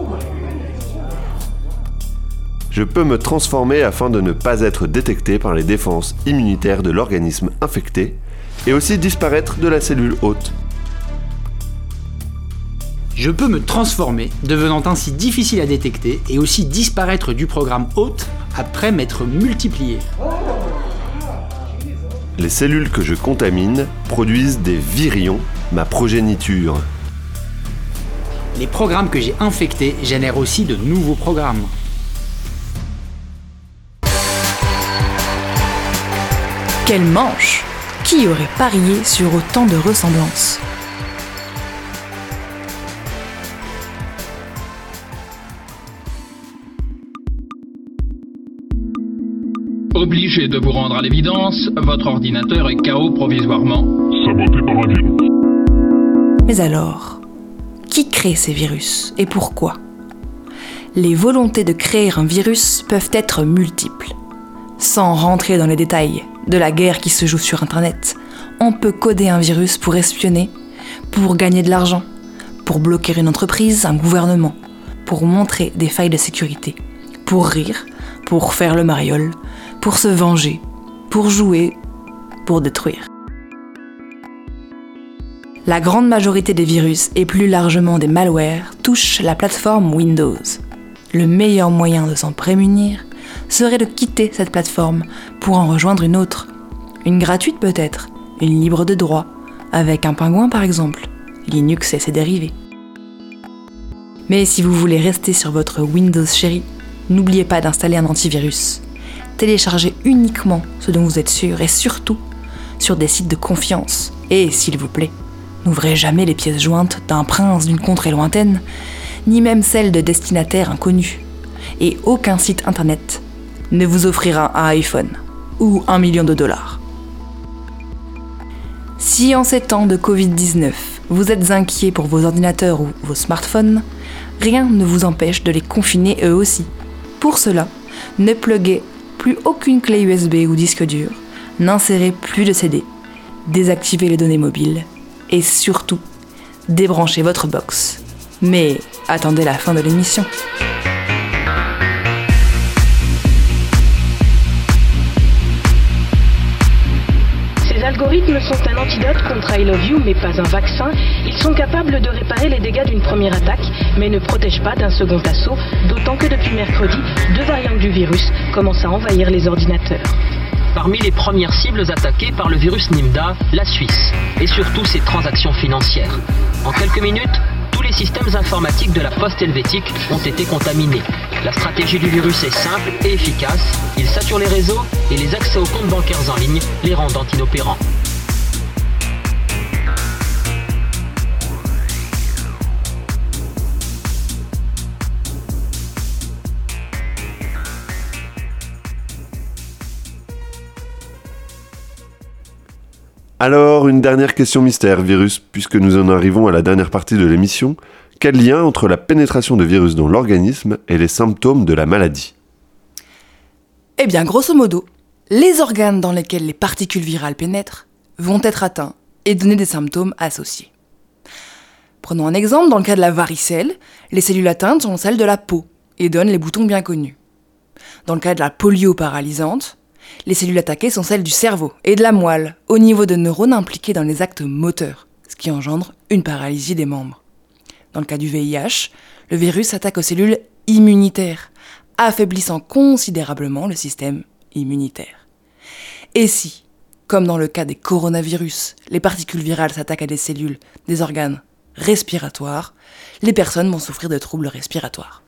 Je peux me transformer afin de ne pas être détecté par les défenses immunitaires de l'organisme infecté et aussi disparaître de la cellule hôte. Je peux me transformer, devenant ainsi difficile à détecter et aussi disparaître du programme hôte après m'être multiplié. les cellules que je contamine produisent des virions, ma progéniture. Les programmes que j'ai infectés génèrent aussi de nouveaux programmes. Quel manche! Qui aurait parié sur autant de ressemblances? Obligé de vous rendre à l'évidence, votre ordinateur est K O provisoirement. Saboté par un virus. Mais alors, qui crée ces virus et pourquoi? Les volontés de créer un virus peuvent être multiples. Sans rentrer dans les détails de la guerre qui se joue sur Internet, on peut coder un virus pour espionner, pour gagner de l'argent, pour bloquer une entreprise, un gouvernement, pour montrer des failles de sécurité, pour rire, pour faire le mariole, pour se venger, pour jouer, pour détruire. La grande majorité des virus et plus largement des malwares touchent la plateforme Windows. Le meilleur moyen de s'en prémunir serait de quitter cette plateforme pour en rejoindre une autre. Une gratuite peut-être, une libre de droit, avec un pingouin par exemple, Linux et ses dérivés. Mais si vous voulez rester sur votre Windows chéri, n'oubliez pas d'installer un antivirus. Téléchargez uniquement ce dont vous êtes sûr et surtout sur des sites de confiance. Et s'il vous plaît, n'ouvrez jamais les pièces jointes d'un prince d'une contrée lointaine, ni même celles de destinataires inconnus. Et aucun site internet ne vous offrira un iPhone ou un million de dollars. Si en ces temps de covid dix-neuf, vous êtes inquiet pour vos ordinateurs ou vos smartphones, rien ne vous empêche de les confiner eux aussi. Pour cela, ne pluguez plus aucune clé U S B ou disque dur, n'insérez plus de C D, désactivez les données mobiles et surtout, débranchez votre box. Mais attendez la fin de l'émission. Ces algorithmes sont un antidote contre I Love You, mais pas un vaccin. Ils sont capables de réparer les dégâts d'une première attaque, mais ne protègent pas d'un second assaut, d'autant que depuis mercredi, deux variantes du virus commencent à envahir les ordinateurs. Parmi les premières cibles attaquées par le virus Nimda, la Suisse, et surtout ses transactions financières. En quelques minutes, tous les systèmes informatiques de la poste helvétique ont été contaminés. La stratégie du virus est simple et efficace, il sature les réseaux et les accès aux comptes bancaires en ligne, les rendant inopérants. Alors, une dernière question mystère, virus, puisque nous en arrivons à la dernière partie de l'émission. Quel lien entre la pénétration de virus dans l'organisme et les symptômes de la maladie? Eh bien, grosso modo, les organes dans lesquels les particules virales pénètrent vont être atteints et donner des symptômes associés. Prenons un exemple, dans le cas de la varicelle, les cellules atteintes sont celles de la peau et donnent les boutons bien connus. Dans le cas de la polio paralysante, les cellules attaquées sont celles du cerveau et de la moelle, au niveau de neurones impliqués dans les actes moteurs, ce qui engendre une paralysie des membres. Dans le cas du V I H, le virus s'attaque aux cellules immunitaires, affaiblissant considérablement le système immunitaire. Et si, comme dans le cas des coronavirus, les particules virales s'attaquent à des cellules, des organes respiratoires, les personnes vont souffrir de troubles respiratoires.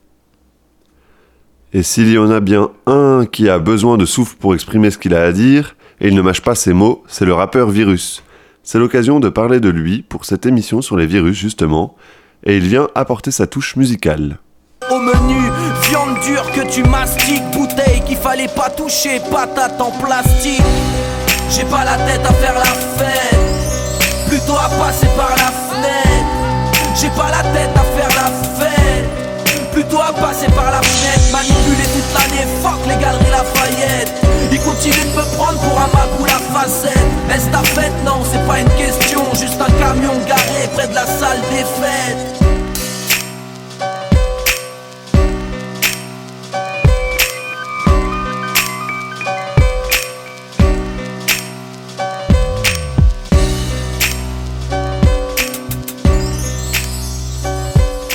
Et s'il y en a bien un qui a besoin de souffle pour exprimer ce qu'il a à dire, et il ne mâche pas ses mots, c'est le rappeur Virus. C'est l'occasion de parler de lui pour cette émission sur les virus justement, et il vient apporter sa touche musicale. Au menu, viande dure que tu mastiques, bouteille qu'il fallait pas toucher, patate en plastique. J'ai pas la tête à faire la fête, plutôt à passer par la fenêtre. J'ai pas la tête à faire la fête, plutôt à passer par la fenêtre. Manipuler toute l'année, fuck les galeries Lafayette. Ils continuent de me prendre pour un mag ou la facette. Est-ce ta fête? Non, c'est pas une question, juste un camion garé près de la salle des fêtes.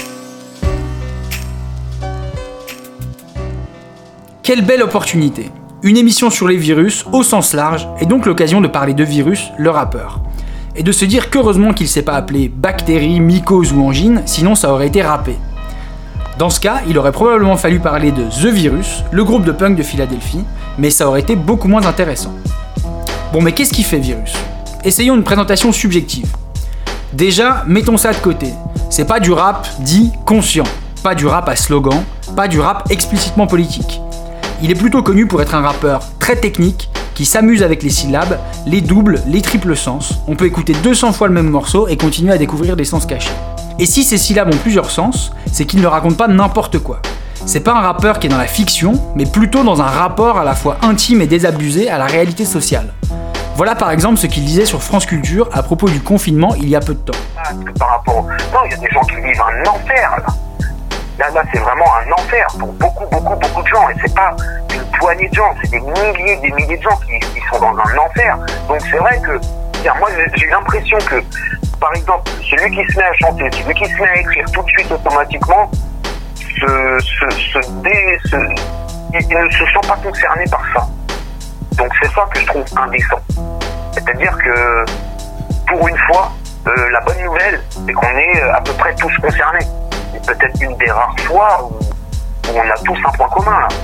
Quelle belle opportunité! Une émission sur les virus au sens large, et donc l'occasion de parler de virus, le rappeur. Et de se dire qu'heureusement qu'il s'est pas appelé bactérie, mycose ou angine, sinon ça aurait été râpé. Dans ce cas, il aurait probablement fallu parler de The Virus, le groupe de punk de Philadelphie, mais ça aurait été beaucoup moins intéressant. Bon, mais qu'est-ce qui fait Virus ? Essayons une présentation subjective. Déjà, mettons ça de côté. C'est pas du rap dit conscient, pas du rap à slogan, pas du rap explicitement politique. Il est plutôt connu pour être un rappeur très technique, qui s'amuse avec les syllabes, les doubles, les triples sens. On peut écouter deux cents fois le même morceau et continuer à découvrir des sens cachés. Et si ces syllabes ont plusieurs sens, c'est qu'il ne raconte pas n'importe quoi. C'est pas un rappeur qui est dans la fiction, mais plutôt dans un rapport à la fois intime et désabusé à la réalité sociale. Voilà par exemple ce qu'il disait sur France Culture à propos du confinement il y a peu de temps. Parce que par rapport... Non, il y a des gens qui vivent un enfer là. Là, là c'est vraiment un enfer pour beaucoup, beaucoup, beaucoup de gens. Et c'est pas une poignée de gens, c'est des milliers, des milliers de gens qui, qui sont dans un enfer. Donc c'est vrai que... Tiens, moi j'ai l'impression que, par exemple, celui qui se met à chanter, celui qui se met à écrire tout de suite automatiquement, se, se, se dé, se, il ne se sent pas concerné par ça. Donc c'est ça que je trouve indécent. C'est-à-dire que, pour une fois, euh, la bonne nouvelle, c'est qu'on est à peu près tous concernés. C'est peut-être une des rares fois où, où on a tous un point commun là.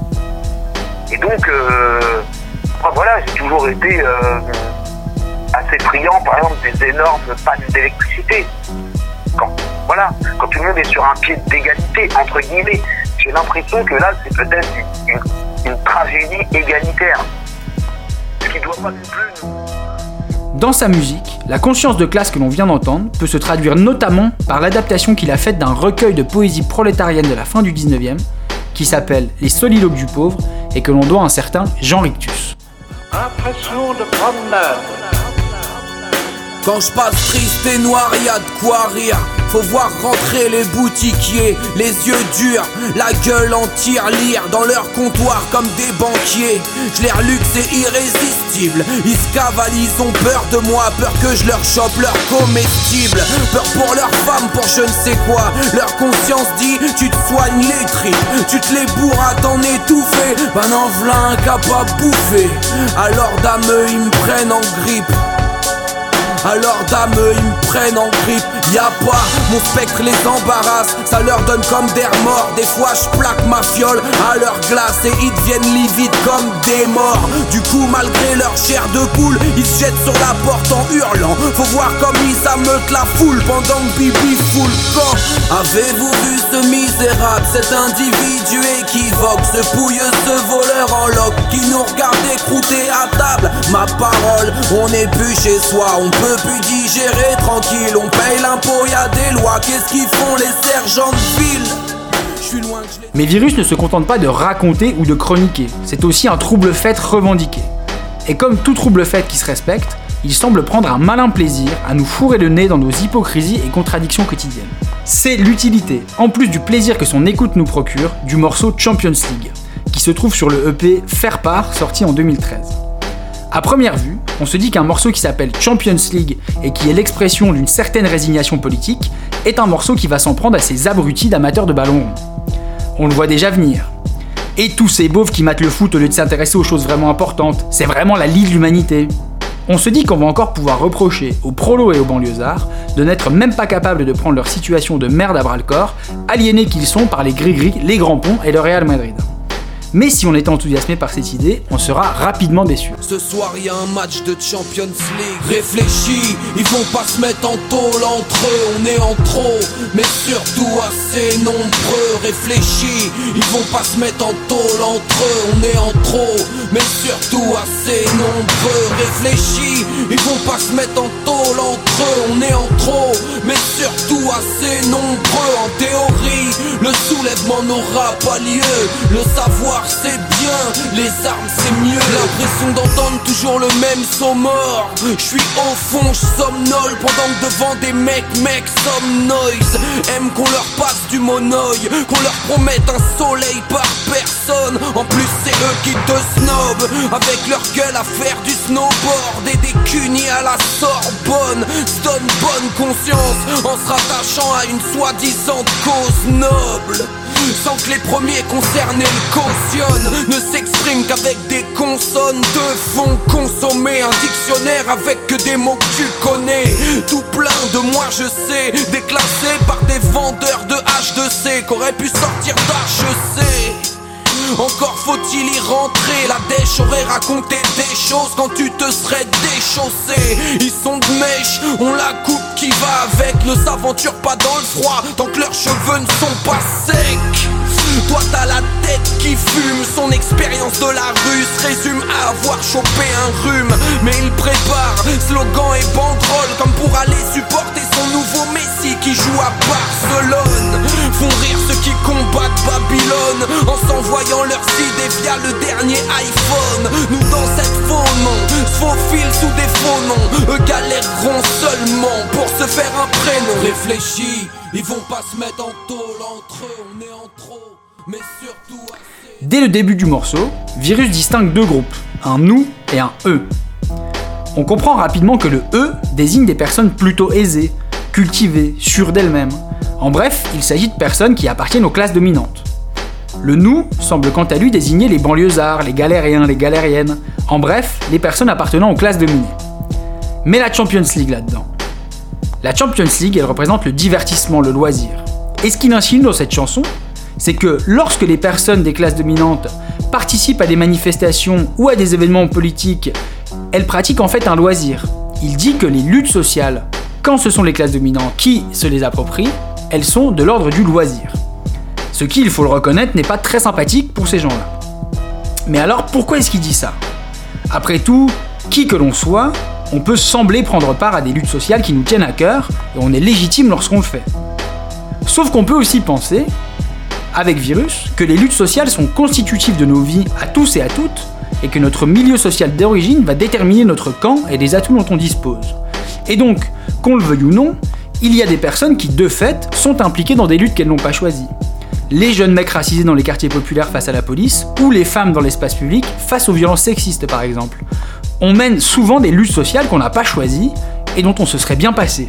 Et donc, euh, moi, voilà, j'ai toujours été euh, assez friand, par exemple, des énormes pannes d'électricité. Quand, voilà, quand tout le monde est sur un pied d'égalité, entre guillemets, j'ai l'impression que là, c'est peut-être une, une, une tragédie égalitaire. Ce qui doit pas non plus... Dans sa musique, la conscience de classe que l'on vient d'entendre peut se traduire notamment par l'adaptation qu'il a faite d'un recueil de poésie prolétarienne de la fin du dix-neuvième, qui s'appelle Les Soliloques du Pauvre, et que l'on doit à un certain Jean Rictus. Impression de promenade. Quand je passe triste et noir, y'a de quoi rire. Faut voir rentrer les boutiquiers, les yeux durs, la gueule en tirelire, dans leur comptoir comme des banquiers. Je l'air luxe et irrésistible, ils se cavalent, ils ont peur de moi, peur que je leur chope leur comestible. Peur pour leurs femmes, pour je ne sais quoi. Leur conscience dit, tu te soignes les tripes, tu te les bourres à t'en étouffer. Ben en v'là un capable bouffer, alors dame ils me prennent en grippe. Alors dame, ils me prennent en grippe. Y'a pas, mon spectre les embarrasse. Ça leur donne comme des remords. Des fois je plaque ma fiole à leur glace et ils deviennent livides comme des morts. Du coup malgré leur chair de poule, ils se jettent sur la porte en hurlant. Faut voir comme ils ameutent la foule pendant que Bibi fout le camp. Avez-vous vu ce misérable, cet individu équivoque, ce pouilleux, ce voleur en loc qui nous regarde écrouter à table. Ma parole, on n'est plus chez soi, on peut plus digérer tranquille, on paye l'impôt, y'a des lois, qu'est-ce qu'ils font les sergents de ville? Je suis loin que je les... Mais Virus ne se contente pas de raconter ou de chroniquer, c'est aussi un trouble-fête revendiqué. Et comme tout trouble-fête qui se respecte, il semble prendre un malin plaisir à nous fourrer le nez dans nos hypocrisies et contradictions quotidiennes. C'est l'utilité, en plus du plaisir que son écoute nous procure, du morceau Champions League, qui se trouve sur le E P Faire Part, sorti en deux mille treize. A première vue, on se dit qu'un morceau qui s'appelle Champions League et qui est l'expression d'une certaine résignation politique est un morceau qui va s'en prendre à ces abrutis d'amateurs de ballon rond. On le voit déjà venir. Et tous ces beaufs qui matent le foot au lieu de s'intéresser aux choses vraiment importantes, c'est vraiment la lie de l'humanité. On se dit qu'on va encore pouvoir reprocher aux prolos et aux banlieusards de n'être même pas capables de prendre leur situation de merde à bras-le-corps, aliénés qu'ils sont par les gris-gris, les grands ponts et le Real Madrid. Mais si on était enthousiasmé par cette idée, on sera rapidement déçu. Ce soir y a un match de Champions League. Réfléchis, ils vont pas se mettre en tôle entre eux. On est en trop, mais surtout assez nombreux. Réfléchis, ils vont pas se mettre en tôle entre eux. On est en trop, mais surtout assez nombreux. Réfléchis, ils vont pas se mettre en tôle entre eux. On est en trop, mais surtout assez nombreux. En théorie, le soulèvement n'aura pas lieu. Le savoir c'est bien, les armes c'est mieux. L'impression d'entendre toujours le même son mort. Je suis au fond, je somnole pendant que devant des mecs, mecs somnoise. Aiment qu'on leur passe du monoeil, qu'on leur promette un soleil par personne. En plus c'est eux qui te snobent, avec leur gueule à faire du snowboard et des cunis à la Sorbonne. Se donne bonne conscience en se rattachant à une soi-disant cause noble. sans que les premiers concernés le cautionnent. Ne s'expriment qu'avec des consonnes de fond. Consommer un dictionnaire avec que des mots que tu connais. Tout plein de moi je sais, déclassé par des vendeurs de H deux C qu'aurait pu sortir d'H E C. Encore faut-il y rentrer, la dèche aurait raconté des choses quand tu te serais déchaussé. Ils sont de mèche, on la coupe qui va avec. Ne s'aventure pas dans le froid tant que leurs cheveux ne sont pas secs. Toi t'as la tête qui fume, son expérience de la rue se résume à avoir chopé un rhume. Mais il prépare slogan et banderole comme pour aller supporter son nouveau Messi qui joue à Barcelone. Font rire ceux qui combattent Babylone en s'envoyant leurs idées via le dernier iPhone. Nous dans cette faux nom, se faufilent sous des faux noms. Eux galéreront seulement pour se faire un prénom. Réfléchis, ils vont pas se mettre en tôle entre eux, on est en trop. Mais surtout assez... Dès le début du morceau, Virus distingue deux groupes, un nous et un eux. On comprend rapidement que le eux désigne des personnes plutôt aisées, cultivées, sûres d'elles-mêmes. En bref, il s'agit de personnes qui appartiennent aux classes dominantes. Le nous semble quant à lui désigner les banlieusards, les galériens, les galériennes, en bref, les personnes appartenant aux classes dominées. Mais la Champions League là-dedans. La Champions League, elle représente le divertissement, le loisir. Et ce qu'il insinue dans cette chanson, c'est que lorsque les personnes des classes dominantes participent à des manifestations ou à des événements politiques, elles pratiquent en fait un loisir. Il dit que les luttes sociales, quand ce sont les classes dominantes qui se les approprient, elles sont de l'ordre du loisir. Ce qui, il faut le reconnaître, n'est pas très sympathique pour ces gens-là. Mais alors, pourquoi est-ce qu'il dit ça ? Après tout, qui que l'on soit, on peut sembler prendre part à des luttes sociales qui nous tiennent à cœur, et on est légitime lorsqu'on le fait. Sauf qu'on peut aussi penser, avec Virus, que les luttes sociales sont constitutives de nos vies à tous et à toutes, et que notre milieu social d'origine va déterminer notre camp et les atouts dont on dispose. Et donc, qu'on le veuille ou non, il y a des personnes qui, de fait, sont impliquées dans des luttes qu'elles n'ont pas choisies. Les jeunes mecs racisés dans les quartiers populaires face à la police, ou les femmes dans l'espace public face aux violences sexistes par exemple. On mène souvent des luttes sociales qu'on n'a pas choisies, et dont on se serait bien passé.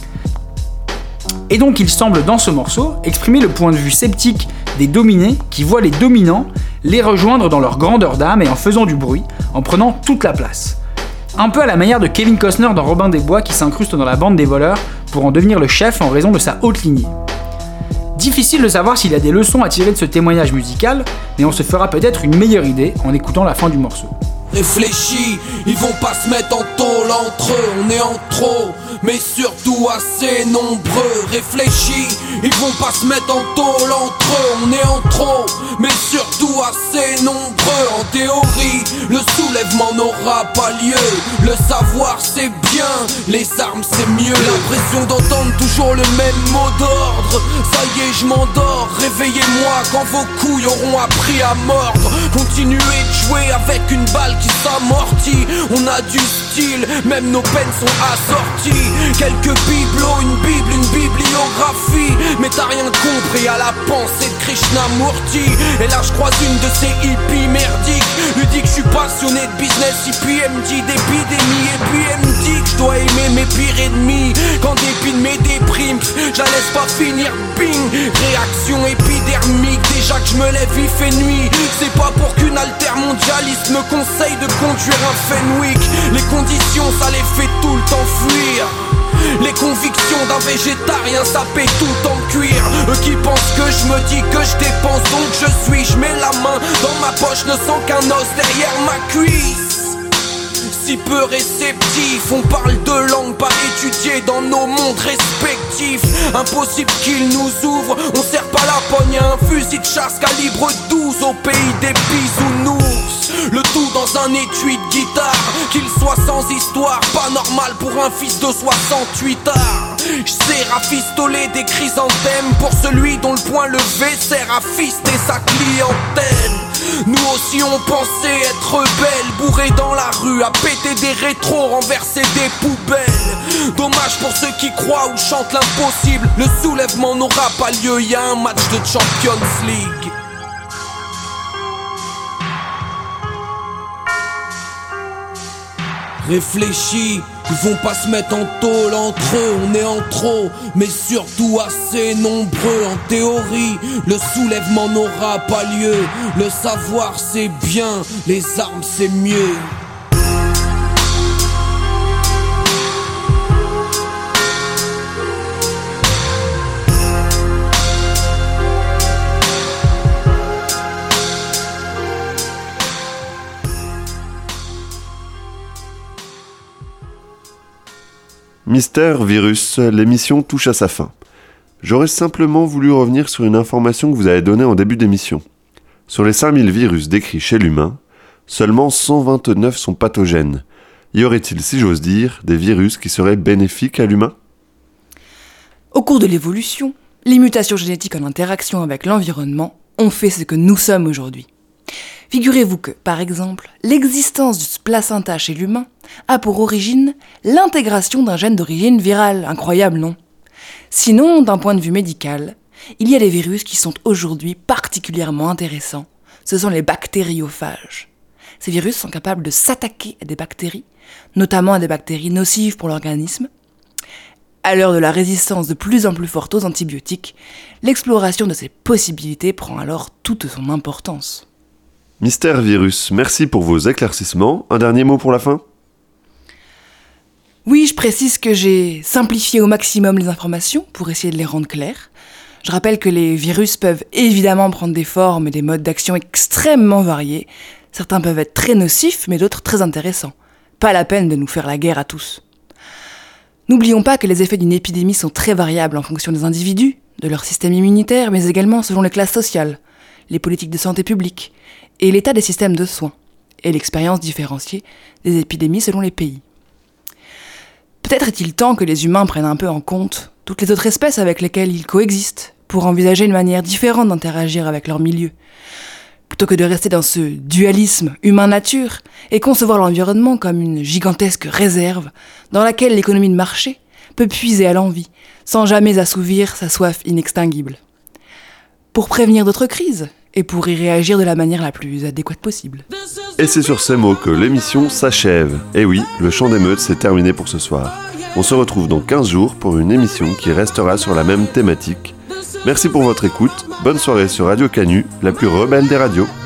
Et donc il semble dans ce morceau exprimer le point de vue sceptique des dominés qui voient les dominants les rejoindre dans leur grandeur d'âme et en faisant du bruit, en prenant toute la place. Un peu à la manière de Kevin Costner dans Robin des Bois qui s'incruste dans la bande des voleurs pour en devenir le chef en raison de sa haute lignée. Difficile de savoir s'il y a des leçons à tirer de ce témoignage musical, mais on se fera peut-être une meilleure idée en écoutant la fin du morceau. Réfléchis, ils vont pas se mettre en tôle entre eux, on est en trop, mais surtout assez nombreux. Réfléchis, ils vont pas se mettre en tôle entre eux, on est en trop, mais surtout assez nombreux. En théorie, le soulèvement n'aura pas lieu, le savoir c'est bien, les armes c'est mieux. L'impression d'entendre toujours le même mot d'ordre, ça y est je m'endors, réveillez-moi quand vos couilles auront appris à mordre. Continuez de jouer avec une balle qui s'amortit, on a du style, même nos peines sont assorties. Quelques bibelots, une bible, une bibliographie, mais t'as rien compris à la pensée de Krishnamurti. Et là je croise une de ces hippies merdiques, lui dit que je suis passionné de business, et puis elle me dit d'épidémie, et puis elle me dit que je dois aimer mes pires ennemis. Quand dépine mes déprimes, je la laisse pas finir, bing, réaction épidermique. Déjà que je me lève il fait nuit, c'est pas pour qu'une altermondialiste me conseille de conduire un Fenwick. Les conditions ça les fait tout le temps fuir. Les convictions d'un végétarien ça paie tout le temps cuire. Eux qui pensent que je me dis que je dépense donc je suis. Je mets la main dans ma poche, ne sens qu'un os derrière ma cuisse. Si peu réceptifs, on parle de langues pas étudiées dans nos mondes respectifs. Impossible qu'ils nous ouvrent, on serre pas la pogne à un fusil de chasse calibre douze au pays des bisounours. Le tout dans un étui de guitare, qu'il soit sans histoire, pas normal pour un fils de soixante-huit arts. J'sais rafistoler des chrysanthèmes pour celui dont le poing levé sert à fister sa clientèle. Nous aussi on pensait être rebelles, bourrés dans la rue, à péter des rétros, renverser des poubelles. Dommage pour ceux qui croient ou chantent l'impossible, le soulèvement n'aura pas lieu, y a un match de Champions League. Réfléchis, ils vont pas se mettre en tôle entre eux, on est en trop, mais surtout assez nombreux. En théorie, le soulèvement n'aura pas lieu. Le savoir c'est bien, les armes c'est mieux. Mystère Virus, l'émission touche à sa fin. J'aurais simplement voulu revenir sur une information que vous avez donnée en début d'émission. Sur les cinq mille virus décrits chez l'humain, seulement cent vingt-neuf sont pathogènes. Y aurait-il, si j'ose dire, des virus qui seraient bénéfiques à l'humain ? Au cours de l'évolution, les mutations génétiques en interaction avec l'environnement ont fait ce que nous sommes aujourd'hui. Figurez-vous que, par exemple, l'existence du placenta chez l'humain a pour origine l'intégration d'un gène d'origine virale. Incroyable, non ? Sinon, d'un point de vue médical, il y a des virus qui sont aujourd'hui particulièrement intéressants. Ce sont les bactériophages. Ces virus sont capables de s'attaquer à des bactéries, notamment à des bactéries nocives pour l'organisme. À l'heure de la résistance de plus en plus forte aux antibiotiques, l'exploration de ces possibilités prend alors toute son importance. Mystère Virus, merci pour vos éclaircissements. Un dernier mot pour la fin ? Oui, je précise que j'ai simplifié au maximum les informations pour essayer de les rendre claires. Je rappelle que les virus peuvent évidemment prendre des formes et des modes d'action extrêmement variés. Certains peuvent être très nocifs, mais d'autres très intéressants. Pas la peine de nous faire la guerre à tous. N'oublions pas que les effets d'une épidémie sont très variables en fonction des individus, de leur système immunitaire, mais également selon les classes sociales, les politiques de santé publique, et l'état des systèmes de soins, et l'expérience différenciée des épidémies selon les pays. Peut-être est-il temps que les humains prennent un peu en compte toutes les autres espèces avec lesquelles ils coexistent, pour envisager une manière différente d'interagir avec leur milieu, plutôt que de rester dans ce dualisme humain-nature et concevoir l'environnement comme une gigantesque réserve dans laquelle l'économie de marché peut puiser à l'envi, sans jamais assouvir sa soif inextinguible. Pour prévenir d'autres crises, et pour y réagir de la manière la plus adéquate possible. Et c'est sur ces mots que l'émission s'achève. Et oui, le chant d'émeute, c'est terminé pour ce soir. On se retrouve dans quinze jours pour une émission qui restera sur la même thématique. Merci pour votre écoute, bonne soirée sur Radio Canu, la plus rebelle des radios.